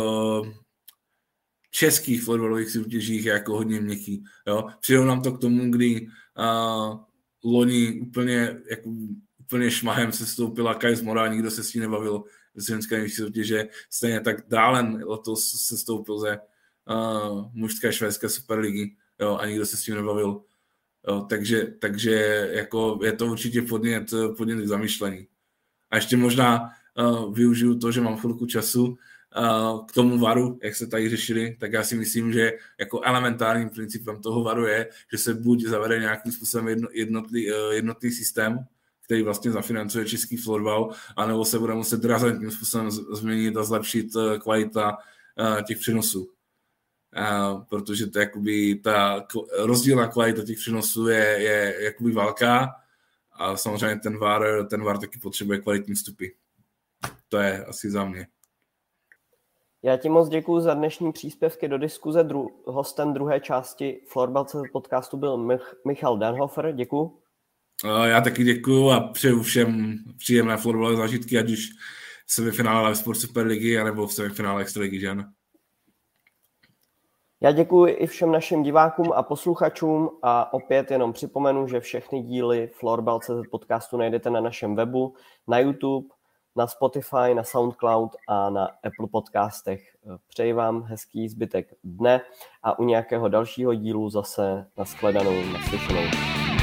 českých florbalových soutěžích je jako hodně měkký. Jo? Přijde nám to k tomu, kdy uh, loni úplně, jako, úplně šmahem sestoupila Kajs Mora, nikdo se s ní nebavil z ženské nejvyšší soutěže. Stejně tak Dálen letos sestoupil ze uh, mužské švédské superligy, jo? A nikdo se s tím nebavil. Jo? Takže, takže jako je to určitě podnět, podnět k zamýšlení. A ještě možná uh, využiju to, že mám chvilku času uh, k tomu varu, jak se tady řešili, tak já si myslím, že jako elementárním principem toho varu je, že se buď zavede nějakým způsobem jedno, jednotný, uh, jednotný systém, který vlastně zafinancuje český florbal, anebo se bude muset razantním způsobem změnit a zlepšit uh, kvalita uh, těch přenosů. Uh, protože to jakoby ta rozdílná kvalita těch přenosů je, je jakoby velká a samozřejmě ten VAR, ten VAR taky potřebuje kvalitní vstupy. To je asi za mě. Já ti moc děkuji za dnešní příspěvky do diskuze. Dru- hostem druhé části Florbal tečka cé zet podcastu byl Mich- Michal Danhofer. Děkuji. Uh, já taky děkuji a přeju všem příjemné florbalové zážitky, ať už semifinále Live Sport Superligy, anebo v semifinále Extraligy, že ano? Já děkuji i všem našim divákům a posluchačům a opět jenom připomenu, že všechny díly Florbal tečka cé zet podcastu najdete na našem webu, na YouTube, na Spotify, na SoundCloud a na Apple podcastech. Přeji vám hezký zbytek dne a u nějakého dalšího dílu zase nashledanou, naslyšenou.